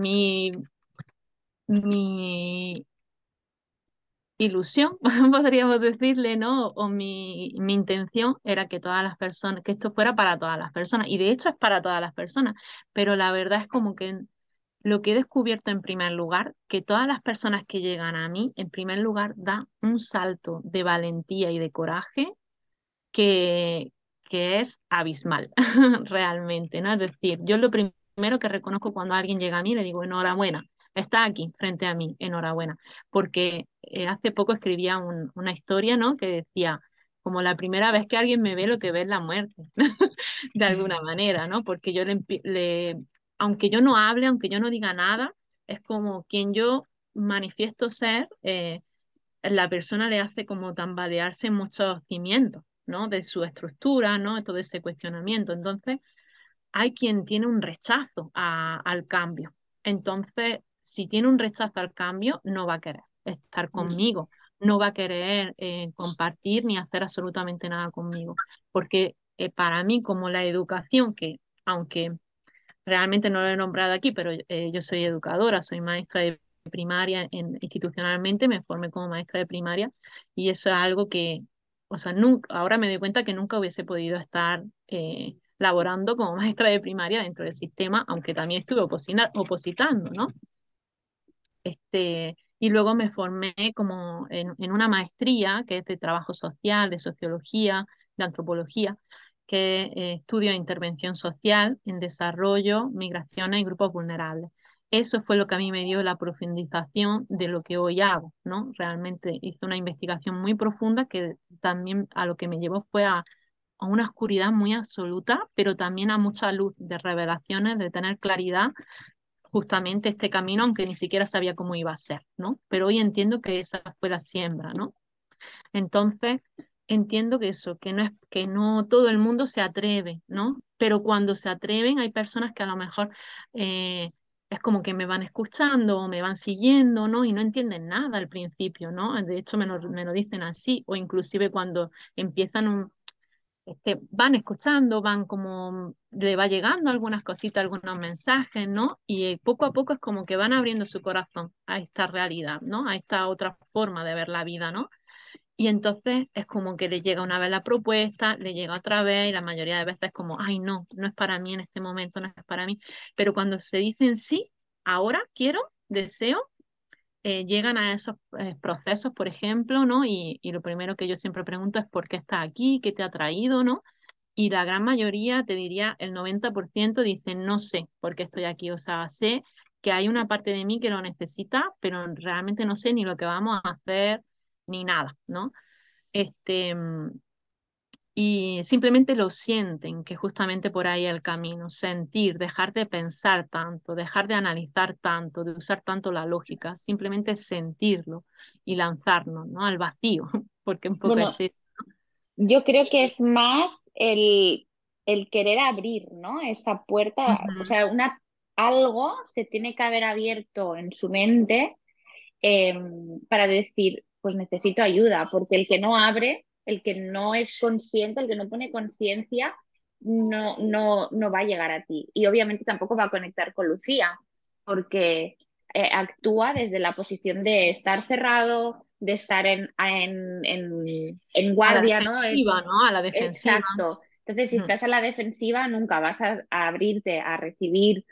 mi ilusión, podríamos decirle, ¿no? O mi intención era que todas las personas, que esto fuera para todas las personas, y de hecho es para todas las personas, pero la verdad es como que lo que he descubierto en primer lugar, que todas las personas que llegan a mí, en primer lugar, da un salto de valentía y de coraje que, que es abismal, realmente, ¿no? Es decir, yo lo primero que reconozco cuando alguien llega a mí, le digo, enhorabuena, está aquí frente a mí, enhorabuena, porque hace poco escribía una historia, ¿no? Que decía, como la primera vez que alguien me ve, lo que ve es la muerte, de alguna manera, ¿no? Porque aunque yo no hable, aunque yo no diga nada, es como quien yo manifiesto ser, la persona le hace como tambalearse en muchos cimientos, ¿no? De su estructura, ¿no? Todo ese cuestionamiento. Entonces, hay quien tiene un rechazo al cambio. Entonces, si tiene un rechazo al cambio, no va a querer estar conmigo, no va a querer compartir ni hacer absolutamente nada conmigo. Porque para mí, como la educación, que aunque realmente no lo he nombrado aquí, pero yo soy educadora, soy maestra de primaria institucionalmente, me formé como maestra de primaria y eso es algo que, o sea, nunca, ahora me doy cuenta que nunca hubiese podido estar laborando como maestra de primaria dentro del sistema, aunque también estuve opositando, ¿no? Y luego me formé como en una maestría que es de trabajo social, de sociología, de antropología, que estudio intervención social en desarrollo, migraciones y grupos vulnerables. Eso fue lo que a mí me dio la profundización de lo que hoy hago, ¿no? Realmente hice una investigación muy profunda que también a lo que me llevó fue a una oscuridad muy absoluta, pero también a mucha luz de revelaciones, de tener claridad justamente este camino, aunque ni siquiera sabía cómo iba a ser, ¿no? Pero hoy entiendo que esa fue la siembra, ¿no? Entonces, entiendo que eso, que no todo el mundo se atreve, ¿no? Pero cuando se atreven, hay personas que a lo mejor es como que me van escuchando o me van siguiendo, ¿no? Y no entienden nada al principio, ¿no? De hecho, me lo dicen así, o inclusive cuando empiezan van escuchando, van como, le va llegando algunas cositas, algunos mensajes, ¿no? Y poco a poco es como que van abriendo su corazón a esta realidad, ¿no? A esta otra forma de ver la vida, ¿no? Y entonces es como que le llega una vez la propuesta, le llega otra vez y la mayoría de veces es como, ay, no, no es para mí en este momento, no es para mí. Pero cuando se dicen sí, ahora quiero, deseo, llegan a esos procesos, por ejemplo, ¿no? Y lo primero que yo siempre pregunto es por qué estás aquí, qué te ha traído, ¿no? Y la gran mayoría, te diría el 90% dicen, no sé por qué estoy aquí, o sea, sé que hay una parte de mí que lo necesita, pero realmente no sé ni lo que vamos a hacer ni nada, ¿no? Este, y simplemente lo sienten, que justamente por ahí el camino, sentir, dejar de pensar tanto, dejar de analizar tanto, de usar tanto la lógica, simplemente sentirlo y lanzarnos, ¿no? Al vacío, porque un poco es Bueno, eso. yo creo que es más el querer abrir, ¿no? Esa puerta, o Ujú. sea, algo se tiene que haber abierto en su mente eh, para decir, pues necesito ayuda, porque el que no abre, el que no es consciente, el que no pone conciencia, no va a llegar a ti. Y obviamente tampoco va a conectar con Lucía, porque actúa desde la posición de estar cerrado, de estar en A la guardia, ¿no? defensiva, ¿no? A la defensiva. Exacto. Entonces, si Ujú. estás a la defensiva, nunca vas a abrirte a recibir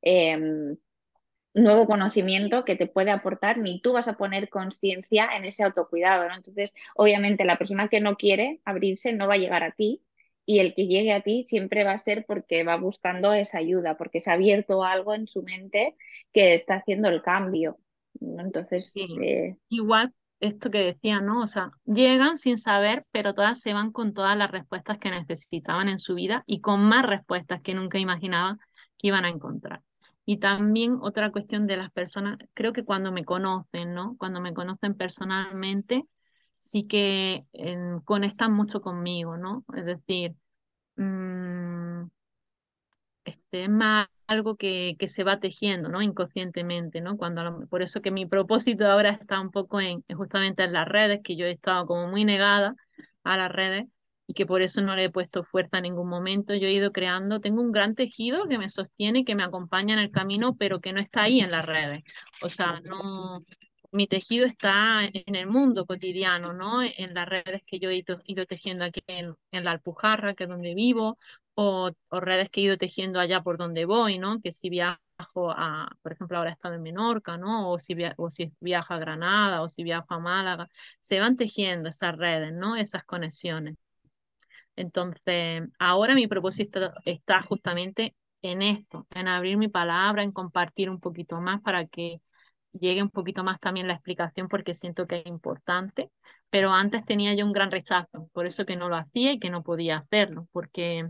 nuevo conocimiento que te puede aportar, ni tú vas a poner conciencia en ese autocuidado, ¿no? Entonces, obviamente, la persona que no quiere abrirse no va a llegar a ti y el que llegue a ti siempre va a ser porque va buscando esa ayuda, porque se ha abierto algo en su mente que está haciendo el cambio, ¿no? Entonces, Sí. Igual esto que decía, ¿no? O sea, llegan sin saber, pero todas se van con todas las respuestas que necesitaban en su vida y con más respuestas que nunca imaginaban que iban a encontrar. Y también otra cuestión de las personas, creo que cuando me conocen, ¿no? Cuando me conocen personalmente, sí que conectan mucho conmigo, ¿no? Es decir, mm, es más algo que se va tejiendo, ¿no? Inconscientemente, ¿no? Por eso que mi propósito ahora está un poco justamente en las redes, que yo he estado como muy negada a las redes y que por eso no le he puesto fuerza en ningún momento. Yo he ido creando, tengo un gran tejido que me sostiene, que me acompaña en el camino, pero que no está ahí en las redes. O sea, no, mi tejido está en el mundo cotidiano, ¿no? En las redes que yo he ido tejiendo aquí en la Alpujarra, que es donde vivo, o redes que he ido tejiendo allá por donde voy, ¿no? Que si viajo por ejemplo, ahora he estado en Menorca, ¿no? O si viajo a Granada, o si viajo a Málaga, se van tejiendo esas redes, ¿no? Esas conexiones. Entonces, ahora mi propósito está justamente en esto, en abrir mi palabra, en compartir un poquito más para que llegue un poquito más también la explicación porque siento que es importante, pero antes tenía yo un gran rechazo, por eso que no lo hacía y que no podía hacerlo, porque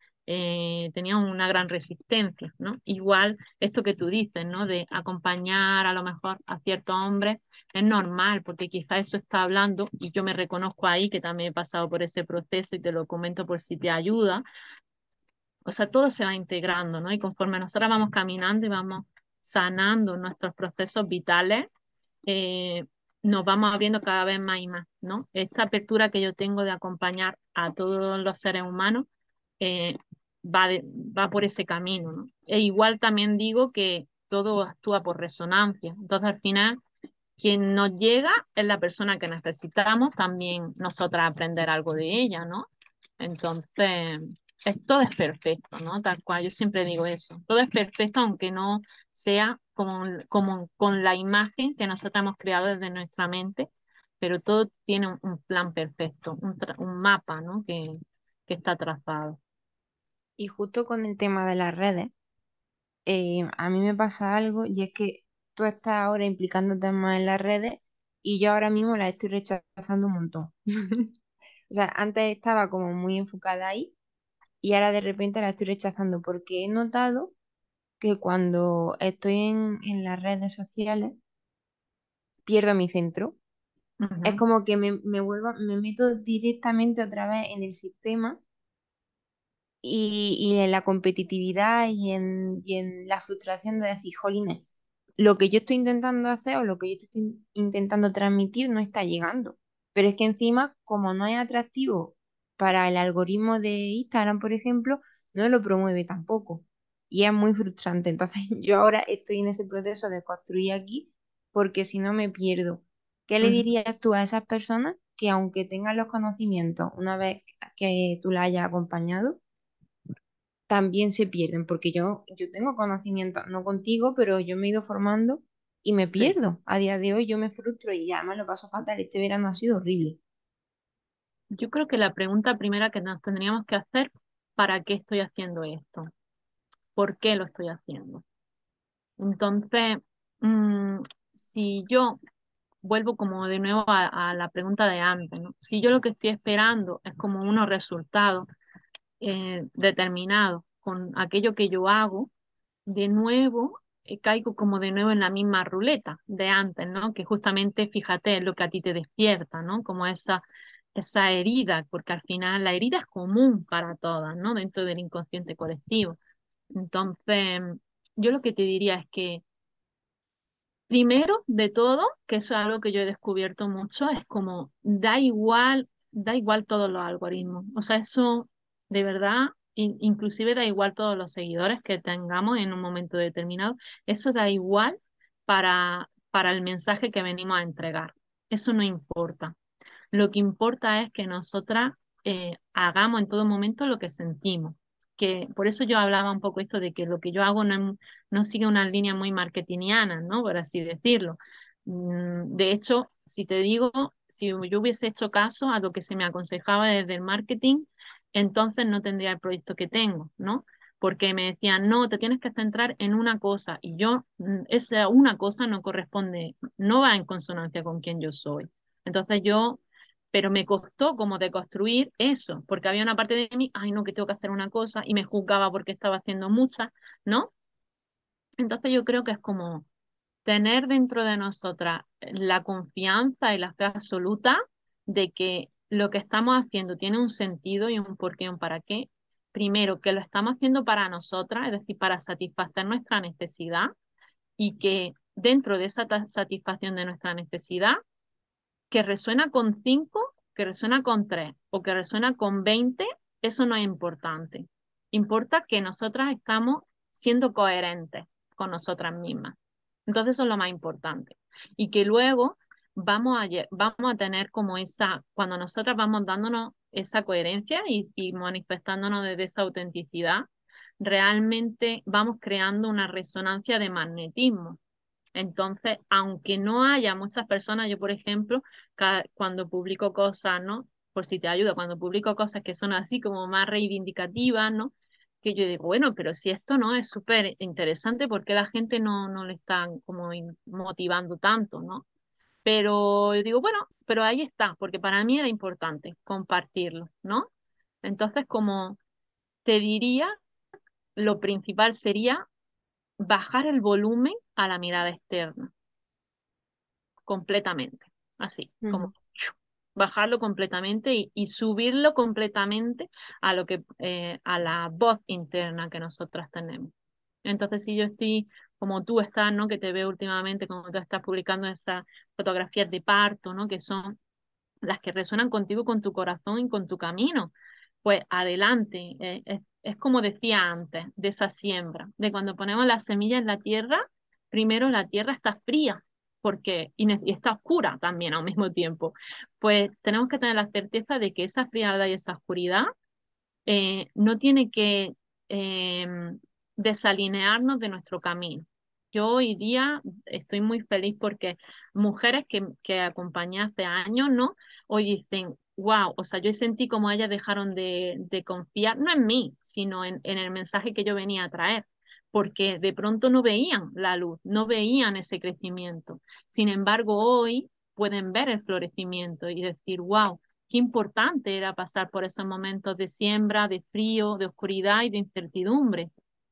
tenía una gran resistencia, ¿no? Igual esto que tú dices, ¿no? De acompañar a lo mejor a ciertos hombres es normal, porque quizá eso está hablando y yo me reconozco ahí que también he pasado por ese proceso y te lo comento por si te ayuda. O sea, todo se va integrando, ¿no? Y conforme nosotros vamos caminando y vamos sanando nuestros procesos vitales, eh, nos vamos abriendo cada vez más y más, ¿no? Esta apertura que yo tengo de acompañar a todos los seres humanos eh, va por ese camino, ¿no? E igual también digo que todo actúa por resonancia. Entonces, al final, quien nos llega es la persona que necesitamos, también nosotras aprender algo de ella, ¿no? Entonces, todo es perfecto, ¿no? Tal cual, yo siempre digo eso. Todo es perfecto, aunque no sea como con la imagen que nosotros hemos creado desde nuestra mente, pero todo tiene un plan perfecto, un mapa, ¿no? Que está trazado. Y justo con el tema de las redes, a mí me pasa algo y es que tú estás ahora implicándote más en las redes y yo ahora mismo las estoy rechazando un montón. O sea, antes estaba como muy enfocada ahí y ahora de repente la estoy rechazando porque he notado que cuando estoy en las redes sociales pierdo mi centro. Es Ujú, como que me meto directamente otra vez en el sistema y en la competitividad y en la frustración de decir, jolines, lo que yo estoy intentando hacer o lo que yo estoy intentando transmitir no está llegando. Pero es que encima, como no es atractivo para el algoritmo de Instagram, por ejemplo, no lo promueve tampoco. Y es muy frustrante. Entonces, yo ahora estoy en ese proceso de construir aquí, porque si no me pierdo. ¿Qué le ujú. dirías tú a esas personas que aunque tengan los conocimientos una vez que tú la hayas acompañado, también se pierden, porque yo tengo conocimiento, no contigo, pero yo me he ido formando y me Sí, pierdo. A día de hoy yo me frustro y ya me lo paso fatal. Este verano ha sido horrible. yo creo que la pregunta primera que nos tendríamos que hacer, ¿para qué estoy haciendo esto? ¿Por qué lo estoy haciendo? Entonces, mm, si yo vuelvo como de nuevo a la pregunta de antes, ¿no? Si yo lo que estoy esperando es como unos resultados determinados con aquello que yo hago, de nuevo caigo como de nuevo en la misma ruleta de antes, ¿no? Que justamente, fíjate, es lo que a ti te despierta, ¿no? Como esa herida, porque al final la herida es común para todas, ¿no? Dentro del inconsciente colectivo. Entonces, yo lo que te diría es que primero de todo, que eso es algo que yo he descubierto mucho, es como da igual todos los algoritmos. O sea, eso de verdad, inclusive da igual todos los seguidores que tengamos en un momento determinado, eso da igual para el mensaje que venimos a entregar. Eso no importa. Lo que importa es que nosotras hagamos en todo momento lo que sentimos. Que por eso yo hablaba un poco esto de que lo que yo hago no sigue una línea muy marketingiana, ¿no? Por así decirlo. De hecho, si te digo, si yo hubiese hecho caso a lo que se me aconsejaba desde el marketing, entonces no tendría el proyecto que tengo, ¿no? Porque me decían, no, te tienes que centrar en una cosa y yo, esa una cosa no corresponde, no va en consonancia con quien yo soy. Entonces yo, pero me costó como deconstruir eso, porque había una parte de mí, ay no, que tengo que hacer una cosa y me juzgaba porque estaba haciendo muchas, ¿no? Entonces yo creo que es como tener dentro de nosotras la confianza y la fe absoluta de que lo que estamos haciendo tiene un sentido y un porqué y un para qué. Primero, que lo estamos haciendo para nosotras, es decir, para satisfacer nuestra necesidad y que dentro de esa satisfacción de nuestra necesidad que resuena con 5, que resuena con 3 o que resuena con 20, eso no es importante. Importa que nosotras estamos siendo coherentes con nosotras mismas. Entonces eso es lo más importante. Y que luego vamos a tener como esa, cuando nosotras vamos dándonos esa coherencia y manifestándonos desde esa autenticidad, realmente vamos creando una resonancia de magnetismo. Entonces, aunque no haya muchas personas, yo por ejemplo, cuando publico cosas, ¿no? Por si te ayuda, cuando publico cosas que son así como más reivindicativas, ¿no? Que yo digo, bueno, pero si esto no es súper interesante, ¿por qué la gente no le está como motivando tanto, ¿no? Pero yo digo, bueno, pero ahí está, porque para mí era importante compartirlo, ¿no? Entonces, como te diría, lo principal sería bajar el volumen a la mirada externa completamente, así, como Ujú. bajarlo completamente y subirlo completamente a lo que a la voz interna que nosotras tenemos. Entonces, si yo estoy como tú estás, ¿no? Que te veo últimamente, como tú estás publicando esas fotografías de parto, ¿no? Que son las que resuenan contigo, con tu corazón y con tu camino, pues adelante. Es como decía antes, de esa siembra, de cuando ponemos la semilla en la tierra, primero la tierra está fría porque, y está oscura también al mismo tiempo. Pues tenemos que tener la certeza de que esa frialdad y esa oscuridad no tiene que eh, desalinearnos de nuestro camino. Yo hoy día estoy muy feliz porque mujeres que acompañé hace años, ¿no? Hoy dicen, wow, o sea, yo sentí como ellas dejaron de confiar, no en mí, sino en el mensaje que yo venía a traer, porque de pronto no veían la luz, no veían ese crecimiento. Sin embargo, hoy pueden ver el florecimiento y decir, wow, qué importante era pasar por esos momentos de siembra, de frío, de oscuridad y de incertidumbre.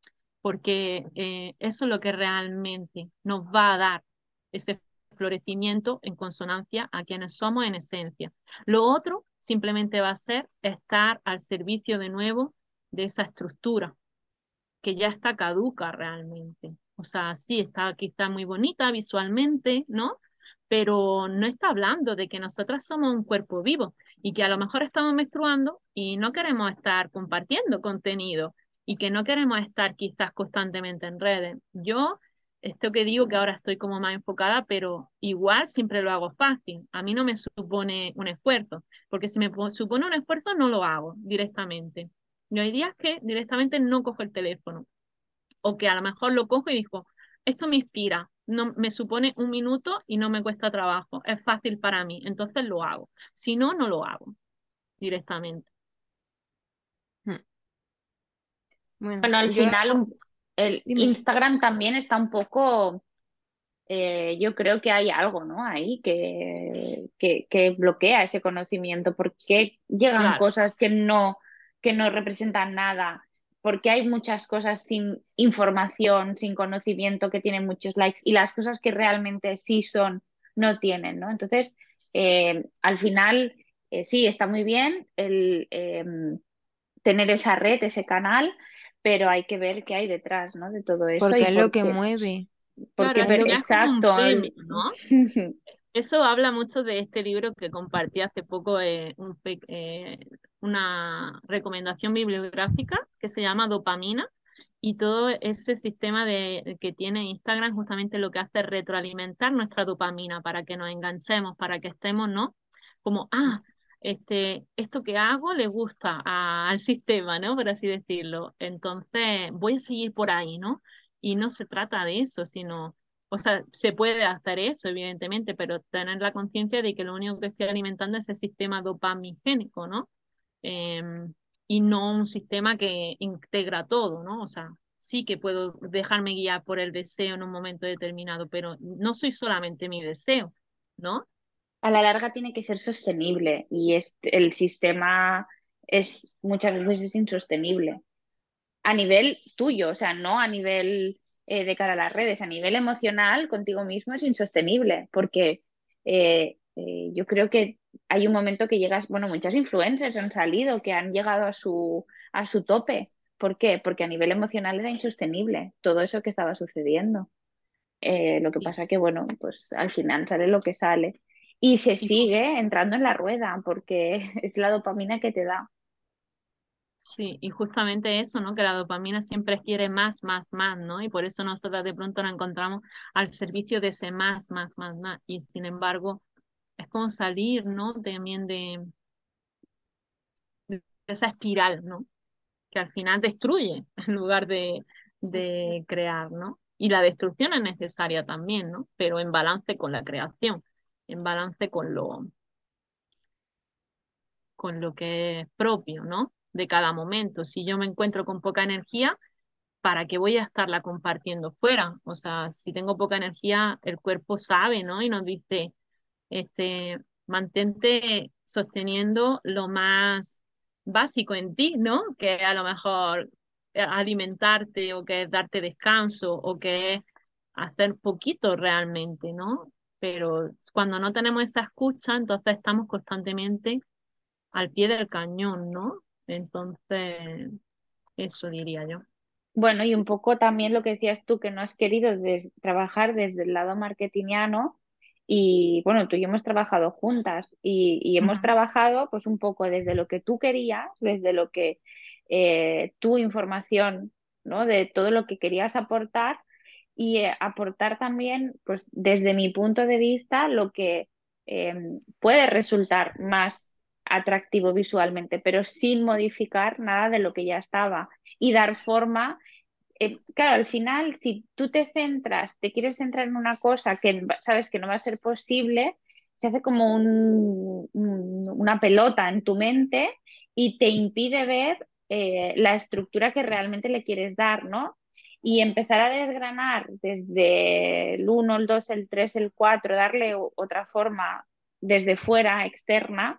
porque eso es lo que realmente nos va a dar ese florecimiento en consonancia a quienes somos en esencia. Lo otro simplemente va a ser estar al servicio de nuevo de esa estructura que ya está caduca realmente. O sea, sí, está quizá muy bonita visualmente, ¿no? Pero no está hablando de que nosotras somos un cuerpo vivo y que a lo mejor estamos menstruando y no queremos estar compartiendo contenido y que no queremos estar quizás constantemente en redes. Yo, esto que digo que ahora estoy como más enfocada, pero igual siempre lo hago fácil. A mí no me supone un esfuerzo, porque si me supone un esfuerzo no lo hago directamente. Y hay días que directamente no cojo el teléfono o que a lo mejor lo cojo y digo, esto me inspira, no, me supone un minuto y no me cuesta trabajo, es fácil para mí, entonces lo hago. Si no, no lo hago directamente. Mm. Bueno, Bueno, al yo, final el dime. Instagram también está un poco, yo creo que hay algo, ¿no? Ahí que bloquea ese conocimiento. ¿Por qué llegan Claro, cosas que no representan nada? Porque hay muchas cosas sin información, sin conocimiento, que tienen muchos likes y las cosas que realmente sí son, no tienen, ¿no? Entonces, al final, sí, está muy bien el tener esa red, ese canal, pero hay que ver qué hay detrás, ¿no? De todo eso Porque y es lo por que qué. mueve, claro, es lo ya es como un Exacto. premio, ¿no? Eso habla mucho de este libro que compartí hace poco, una recomendación bibliográfica que se llama Dopamina, y todo ese sistema que tiene Instagram justamente lo que hace es retroalimentar nuestra dopamina para que nos enganchemos, para que estemos, ¿no? Como, esto que hago le gusta al sistema, ¿no? Por así decirlo. Entonces voy a seguir por ahí, ¿no? Y no se trata de eso, sino, o sea, se puede hacer eso, evidentemente, pero tener la conciencia de que lo único que estoy alimentando es el sistema dopamigénico, ¿no? Em, y no un sistema que integra todo, ¿no? O sea, sí que puedo dejarme guiar por el deseo en un momento determinado, pero no soy solamente mi deseo, ¿no? A la larga tiene que ser sostenible y el sistema es muchas veces insostenible a nivel tuyo, o sea, no a nivel de cara a las redes, a nivel emocional contigo mismo es insostenible, porque yo creo que hay un momento que llegas, bueno, muchas influencers han salido que han llegado a su tope. ¿Por qué? Porque a nivel emocional era insostenible todo eso que estaba sucediendo. Lo que Sí. pasa que, bueno, pues al final sale lo que sale. Y se Y ju- sigue entrando en la rueda porque es la dopamina que te da. sí, y justamente eso, ¿no? Que la dopamina siempre quiere más, más, más, ¿no? Y por eso nosotras de pronto nos encontramos al servicio de ese más, más, más, más. Y sin embargo, es como salir, ¿no? También de esa espiral, ¿no? Que al final destruye en lugar de crear, ¿no? Y la destrucción es necesaria también, ¿no? Pero en balance con la creación, en balance con lo que es propio, ¿no? De cada momento. Si yo me encuentro con poca energía, ¿para qué voy a estarla compartiendo fuera? O sea, si tengo poca energía, el cuerpo sabe, ¿no? Y nos dice, mantente sosteniendo lo más básico en ti, ¿no? Que a lo mejor alimentarte o que es darte descanso o que es hacer poquito realmente, ¿no? Pero cuando no tenemos esa escucha, entonces estamos constantemente al pie del cañón, ¿no? Entonces, eso diría yo. Bueno, y un poco también lo que decías tú, que no has querido trabajar desde el lado marketingiano y bueno, tú y yo hemos trabajado juntas y hemos Ujú. trabajado pues un poco desde lo que tú querías, desde lo que tu información, ¿no? De todo lo que querías aportar y aportar también pues desde mi punto de vista lo que eh, puede resultar más atractivo visualmente, pero sin modificar nada de lo que ya estaba y dar forma. Claro, al final, si tú te centras, te quieres centrar en una cosa que sabes que no va a ser posible, se hace como una pelota en tu mente y te impide ver la estructura que realmente le quieres dar, ¿no? Y empezar a desgranar desde el uno, el 2, el 3, el 4, darle otra forma desde fuera, externa,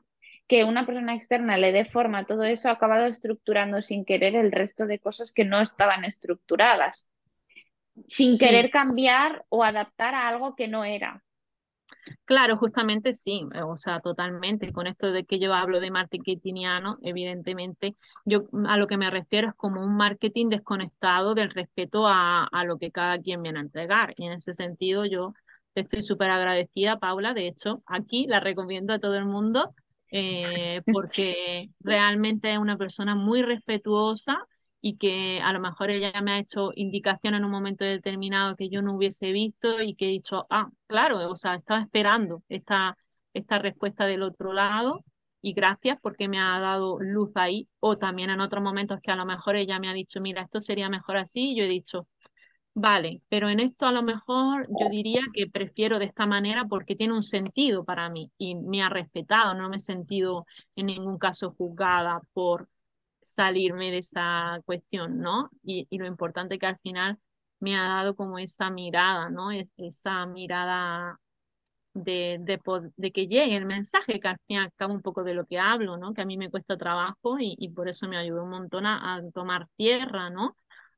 que una persona externa le dé forma a todo eso, ha acabado estructurando sin querer el resto de cosas que no estaban estructuradas, sin Sí, querer cambiar o adaptar a algo que no era. claro, justamente sí, o sea, totalmente. Con esto de que yo hablo de marketingiano, evidentemente, yo a lo que me refiero es como un marketing desconectado del respeto a lo que cada quien viene a entregar. Y en ese sentido, yo estoy súper agradecida, Paula. De hecho, aquí la recomiendo a todo el mundo porque realmente es una persona muy respetuosa y que a lo mejor ella me ha hecho indicación en un momento determinado que yo no hubiese visto y que he dicho, ah, claro, o sea, estaba esperando esta respuesta del otro lado y gracias porque me ha dado luz ahí. O también en otros momentos que a lo mejor ella me ha dicho, mira, esto sería mejor así, y yo he dicho, vale, pero en esto a lo mejor yo diría que prefiero de esta manera porque tiene un sentido para mí y me ha respetado, no me he sentido en ningún caso juzgada por salirme de esa cuestión, ¿no? Y lo importante que al final me ha dado como esa mirada, ¿no? Esa mirada de que llegue el mensaje, que al fin y al cabo un poco de lo que hablo, ¿no? Que a mí me cuesta trabajo y por eso me ayudó un montón a tomar tierra, ¿no?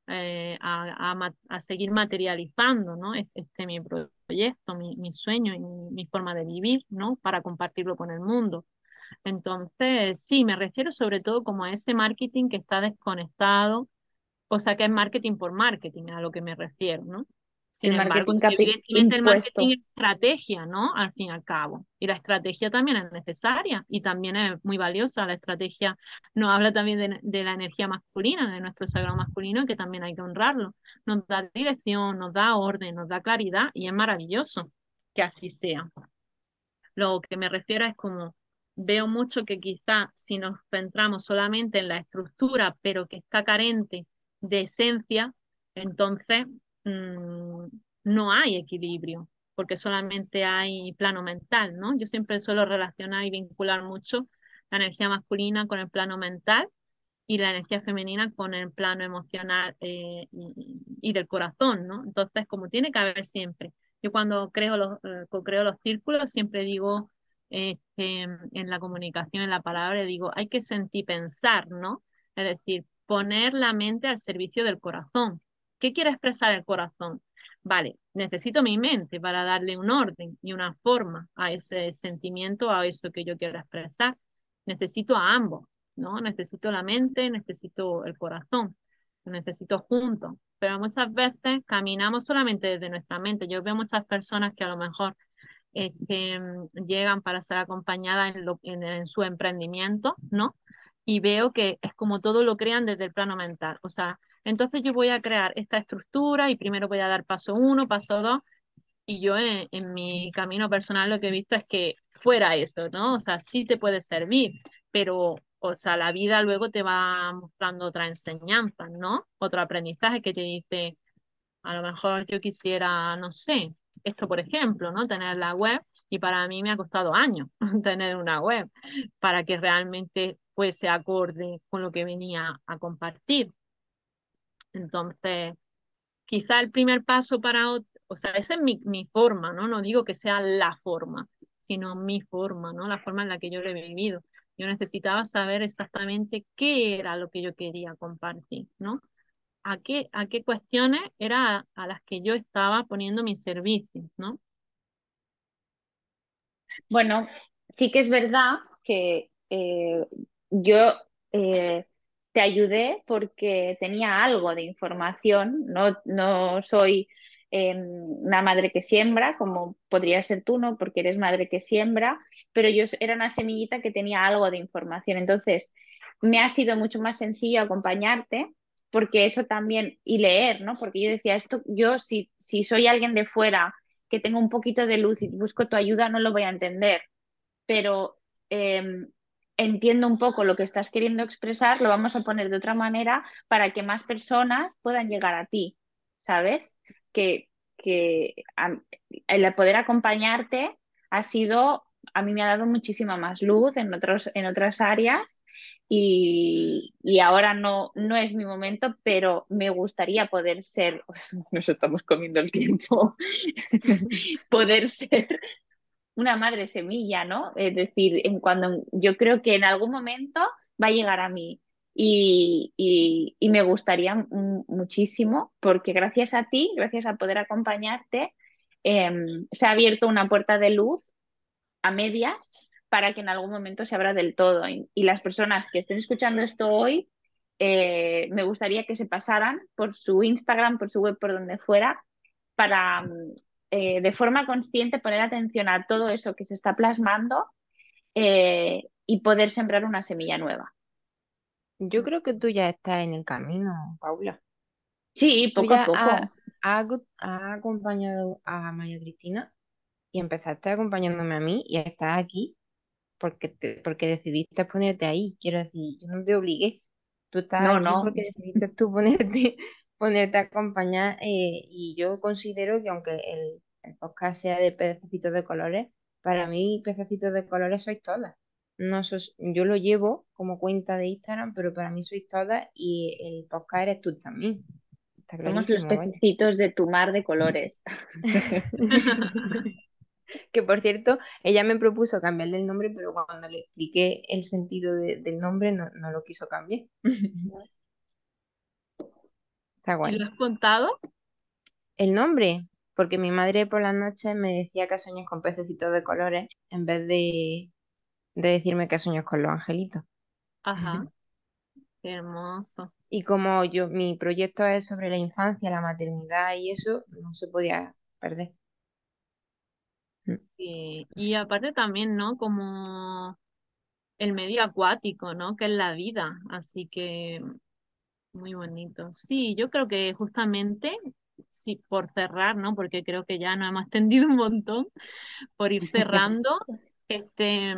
A seguir materializando, ¿no? Este mi proyecto, mi sueño y mi forma de vivir, ¿no? Para compartirlo con el mundo. Entonces, sí, me refiero sobre todo como a ese marketing que está desconectado, o sea, que es marketing por marketing, a lo que me refiero, ¿no? Sin El embargo, marketing sí, evidentemente el marketing impuesto. es estrategia, ¿no? Al fin y al cabo. Y la estrategia también es necesaria y también es muy valiosa. La estrategia nos habla también de la energía masculina, de nuestro sagrado masculino, que también hay que honrarlo. Nos da dirección, nos da orden, nos da claridad y es maravilloso que así sea. Lo que me refiero es como veo mucho que quizá si nos centramos solamente en la estructura, pero que está carente de esencia, entonces mm, no hay equilibrio, porque solamente hay plano mental, ¿no? Yo siempre suelo relacionar y vincular mucho la energía masculina con el plano mental y la energía femenina con el plano emocional y del corazón, ¿no? Entonces, como tiene que haber siempre. Yo cuando co-creo los círculos siempre digo en la comunicación, en la palabra, digo, hay que sentir pensar, ¿no? Es decir, poner la mente al servicio del corazón. ¿Qué quiere expresar el corazón? Vale, necesito mi mente para darle un orden y una forma a ese sentimiento, a eso que yo quiero expresar. Necesito a ambos, ¿no? Necesito la mente, necesito el corazón, lo necesito juntos. Pero muchas veces caminamos solamente desde nuestra mente. Yo veo muchas personas que a lo mejor llegan para ser acompañadas en su emprendimiento, ¿no? Y veo que es como todo lo crean desde el plano mental. O sea, entonces yo voy a crear esta estructura y primero voy a dar paso uno, paso dos, y yo en mi camino personal lo que he visto es que fuera eso, ¿no? O sea, sí te puede servir, pero, o sea, la vida luego te va mostrando otra enseñanza, ¿no? Otro aprendizaje que te dice, a lo mejor yo quisiera, no sé, esto por ejemplo, ¿no? Tener la web y para mí me ha costado años tener una web para que realmente fuese acorde con lo que venía a compartir. Entonces, quizá el primer paso para otro, o sea, esa es mi forma, ¿no? No digo que sea la forma, sino mi forma, ¿no? La forma en la que yo lo he vivido. Yo necesitaba saber exactamente qué era lo que yo quería compartir, ¿no? A qué cuestiones era a las que yo estaba poniendo mi servicio, ¿no? Bueno, sí que es verdad que yo te ayudé porque tenía algo de información, no, no soy una madre que siembra, como podría ser tú, ¿no? Porque eres madre que siembra, pero yo era una semillita que tenía algo de información. Entonces, me ha sido mucho más sencillo acompañarte. Porque eso también, y leer, ¿no? Porque yo decía, esto, yo si soy alguien de fuera que tengo un poquito de luz y busco tu ayuda, no lo voy a entender, pero entiendo un poco lo que estás queriendo expresar, lo vamos a poner de otra manera para que más personas puedan llegar a ti, ¿sabes? Que el poder acompañarte ha sido, a mí me ha dado muchísima más luz en otras áreas y ahora no, no es mi momento, pero me gustaría poder ser, nos estamos comiendo el tiempo, poder ser una madre semilla, ¿no? Es decir, cuando yo creo que en algún momento va a llegar a mí y me gustaría muchísimo porque gracias a ti, gracias a poder acompañarte, se ha abierto una puerta de luz a medias para que en algún momento se abra del todo. Y las personas que estén escuchando esto hoy, me gustaría que se pasaran por su Instagram, por su web, por donde fuera, para de forma consciente poner atención a todo eso que se está plasmando y poder sembrar una semilla nueva. Yo creo que tú ya estás en el camino, Paula. Sí, Tú poco a ya poco. has acompañado a María Cristina y empezaste acompañándome a mí y estás aquí porque decidiste ponerte ahí. Quiero decir, yo no te obligué. Tú estás No, aquí no, porque decidiste tú ponerte a acompañar y yo considero que aunque el podcast sea de pececitos de colores, para mí pececitos de colores sois todas. No yo lo llevo como cuenta de Instagram, pero para mí sois todas y el podcast eres tú también. Está somos los clarísimo, vaya. pececitos de tu mar de colores. Que por cierto, ella me propuso cambiarle el nombre, pero cuando le expliqué el sentido del nombre no lo quiso cambiar. Está ¿Y guay. lo has contado? El nombre, porque mi madre por las noches me decía que sueños con pececitos de colores en vez de decirme que sueños con los angelitos. Ajá, qué hermoso. Y como mi proyecto es sobre la infancia, la maternidad y eso, no se podía perder. Mm. Y aparte también, ¿no? Como el medio acuático, ¿no? Que es la vida. Así que muy bonito. Sí, yo creo que justamente, sí, por cerrar, ¿no? Porque creo que ya nos hemos extendido un montón, por ir cerrando, este,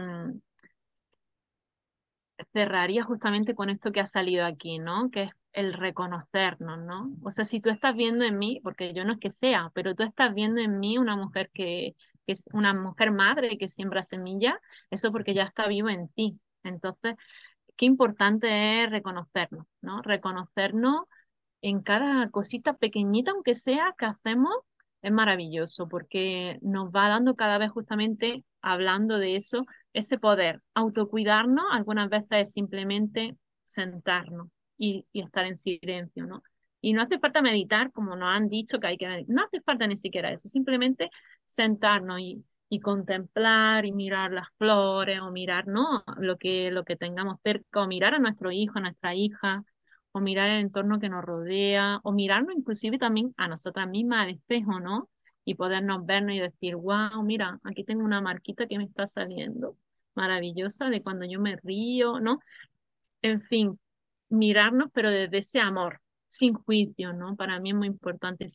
cerraría justamente con esto que ha salido aquí, ¿no? Que es el reconocernos, ¿no? O sea, si tú estás viendo en mí, porque yo no es que sea, pero tú estás viendo en mí una mujer que es una mujer madre que siembra semilla, eso porque ya está vivo en ti. Entonces, qué importante es reconocernos, ¿no? Reconocernos en cada cosita pequeñita, aunque sea, que hacemos, es maravilloso porque nos va dando cada vez justamente, hablando de eso, ese poder. Autocuidarnos algunas veces es simplemente sentarnos y estar en silencio, ¿no? Y no hace falta meditar, como nos han dicho que hay que meditar. No hace falta ni siquiera eso, simplemente sentarnos y contemplar y mirar las flores o mirar, ¿no? Lo que tengamos cerca o mirar a nuestro hijo, a nuestra hija o mirar el entorno que nos rodea, o mirarnos inclusive también a nosotras mismas al espejo, ¿no? Y podernos vernos y decir, wow, mira, aquí tengo una marquita que me está saliendo, maravillosa de cuando yo me río, ¿no? En fin, mirarnos, pero desde ese amor, sin juicio, ¿no? Para mí es muy importante,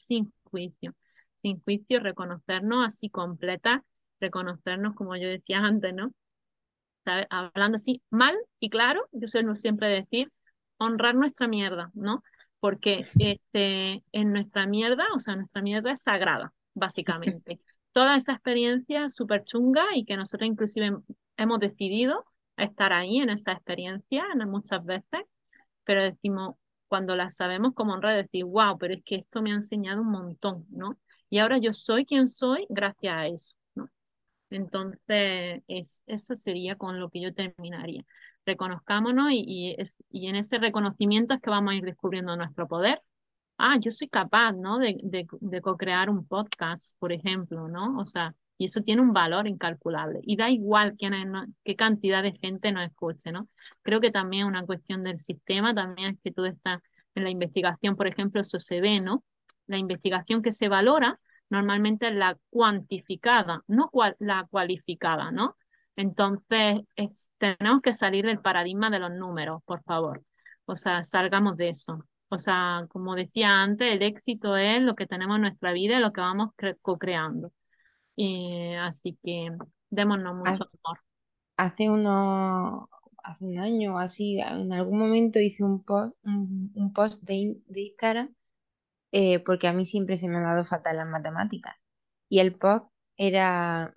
sin juicio, reconocernos así completa, reconocernos, como yo decía antes, ¿no? ¿Sabe? Hablando así mal y claro, yo suelo siempre decir, honrar nuestra mierda, ¿no? Porque en nuestra mierda, o sea, nuestra mierda es sagrada, básicamente. Toda esa experiencia súper chunga y que nosotros inclusive hemos decidido estar ahí en esa experiencia muchas veces, pero decimos, cuando la sabemos como honrar, decir, wow, pero es que esto me ha enseñado un montón, ¿no? Y ahora yo soy quien soy gracias a eso, ¿no? Entonces, eso sería con lo que yo terminaría. Reconozcámonos y en ese reconocimiento es que vamos a ir descubriendo nuestro poder. Ah, yo soy capaz, ¿no? De co-crear un podcast, por ejemplo, ¿no? O sea, y eso tiene un valor incalculable. Y da igual qué cantidad de gente nos escuche, ¿no? Creo que también una cuestión del sistema, también es que todo está en la investigación, por ejemplo, eso se ve, ¿no? La investigación que se valora normalmente es la cuantificada, no la cualificada, ¿no? Entonces, tenemos que salir del paradigma de los números, por favor. O sea, salgamos de eso. O sea, como decía antes, el éxito es lo que tenemos en nuestra vida y lo que vamos co-creando. Y así que démonos Ha- mucho amor. Hace hace un año o así, en algún momento hice un post de Instagram porque a mí siempre se me han dado fatal las matemáticas. Y el post era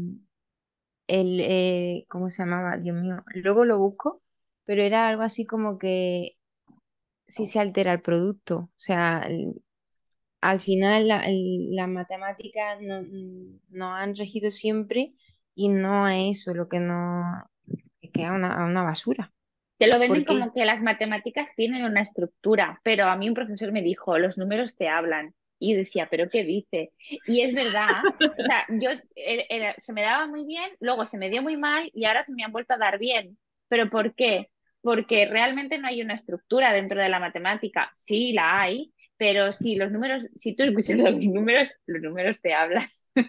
¿cómo se llamaba? Dios mío, luego lo busco, pero era algo así como que si se altera el producto, o sea, al final las matemáticas nos han regido siempre y no es eso lo que no, es que es una basura. Te lo venden ¿Por como qué? que las matemáticas tienen una estructura, pero a mí un profesor me dijo, los números te hablan. Y yo decía, ¿pero qué dice? Y es verdad, o sea, yo se me daba muy bien, luego se me dio muy mal y ahora se me han vuelto a dar bien. ¿Pero por qué? Porque realmente no hay una estructura dentro de la matemática. Sí, la hay, pero si los números, si tú escuchas los números te hablan.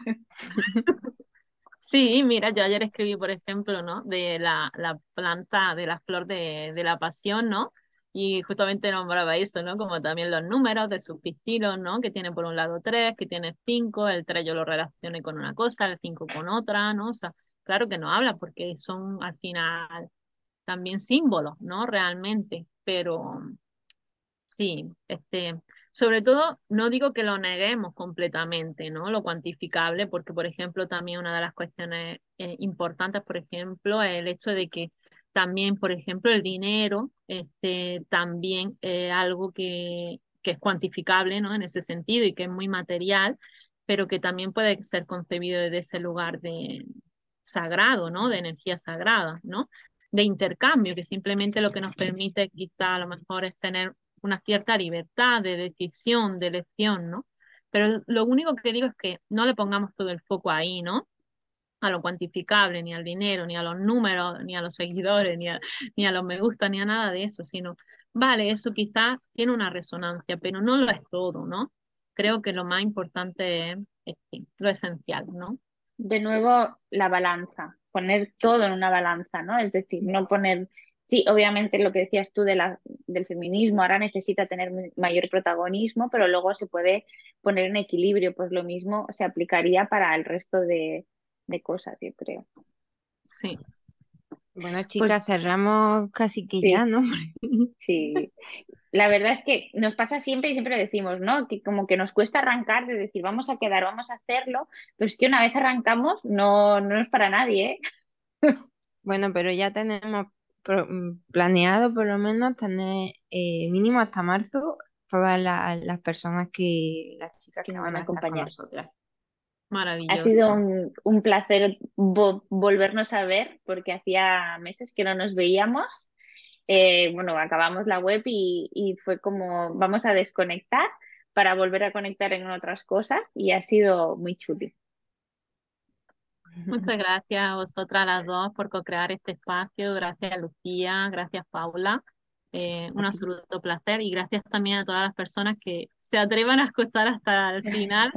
Sí, mira, yo ayer escribí, por ejemplo, ¿no? De la planta, de la flor de la pasión, ¿no? Y justamente nombraba eso, ¿no? Como también los números de sus pistilos, ¿no? Que tiene por un lado tres, que tiene cinco, el tres yo lo relacioné con una cosa, el cinco con otra, ¿no? O sea, claro que no habla porque son al final también símbolos, ¿no? Realmente, pero sí, sobre todo, no digo que lo neguemos completamente, ¿no? Lo cuantificable, porque, por ejemplo, también una de las cuestiones importantes, por ejemplo, es el hecho de que también, por ejemplo, el dinero, también algo que es cuantificable, ¿no? En ese sentido y que es muy material, pero que también puede ser concebido desde ese lugar de sagrado, ¿no? De energía sagrada, ¿no? De intercambio, que simplemente lo que nos permite quizá a lo mejor es tener una cierta libertad de decisión, de elección, ¿no? Pero lo único que digo es que no le pongamos todo el foco ahí, ¿no? A lo cuantificable, ni al dinero, ni a los números, ni a los seguidores, ni a los me gusta, ni a nada de eso, sino, vale, eso quizás tiene una resonancia, pero no lo es todo, ¿no? Creo que lo más importante es sí, lo esencial, ¿no? De nuevo, la balanza, poner todo en una balanza, ¿no? Es decir, no poner, sí, obviamente lo que decías tú del feminismo ahora necesita tener mayor protagonismo, pero luego se puede poner en equilibrio, pues lo mismo se aplicaría para el resto de cosas, yo creo. Sí. Bueno, Pues chicas, cerramos casi que ya, sí, ¿no? sí. La verdad es que nos pasa siempre y siempre decimos, ¿no? Que como que nos cuesta arrancar de decir, vamos a quedar, vamos a hacerlo, pero es que una vez arrancamos, no, no es para nadie, ¿eh? Bueno, pero ya tenemos planeado por lo menos tener mínimo hasta marzo todas las personas las chicas Que que nos van van a a estar con acompañar. nosotras. Ha sido Maravilloso. un placer volvernos a ver porque hacía meses que no nos veíamos. Bueno, acabamos la web y fue como vamos a desconectar para volver a conectar en otras cosas y ha sido muy chulo. Muchas gracias a vosotras las dos por co-crear este espacio. Gracias, Lucía. Gracias, Paula. Un absoluto placer. Y gracias también a todas las personas que se atrevan a escuchar hasta el final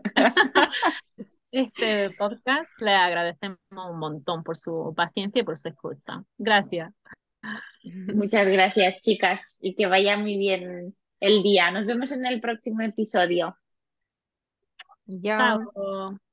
este podcast. Les agradecemos un montón por su paciencia y por su escucha. Gracias. Muchas gracias, chicas, y que vaya muy bien el día. Nos vemos en el próximo episodio. Ya. Chao.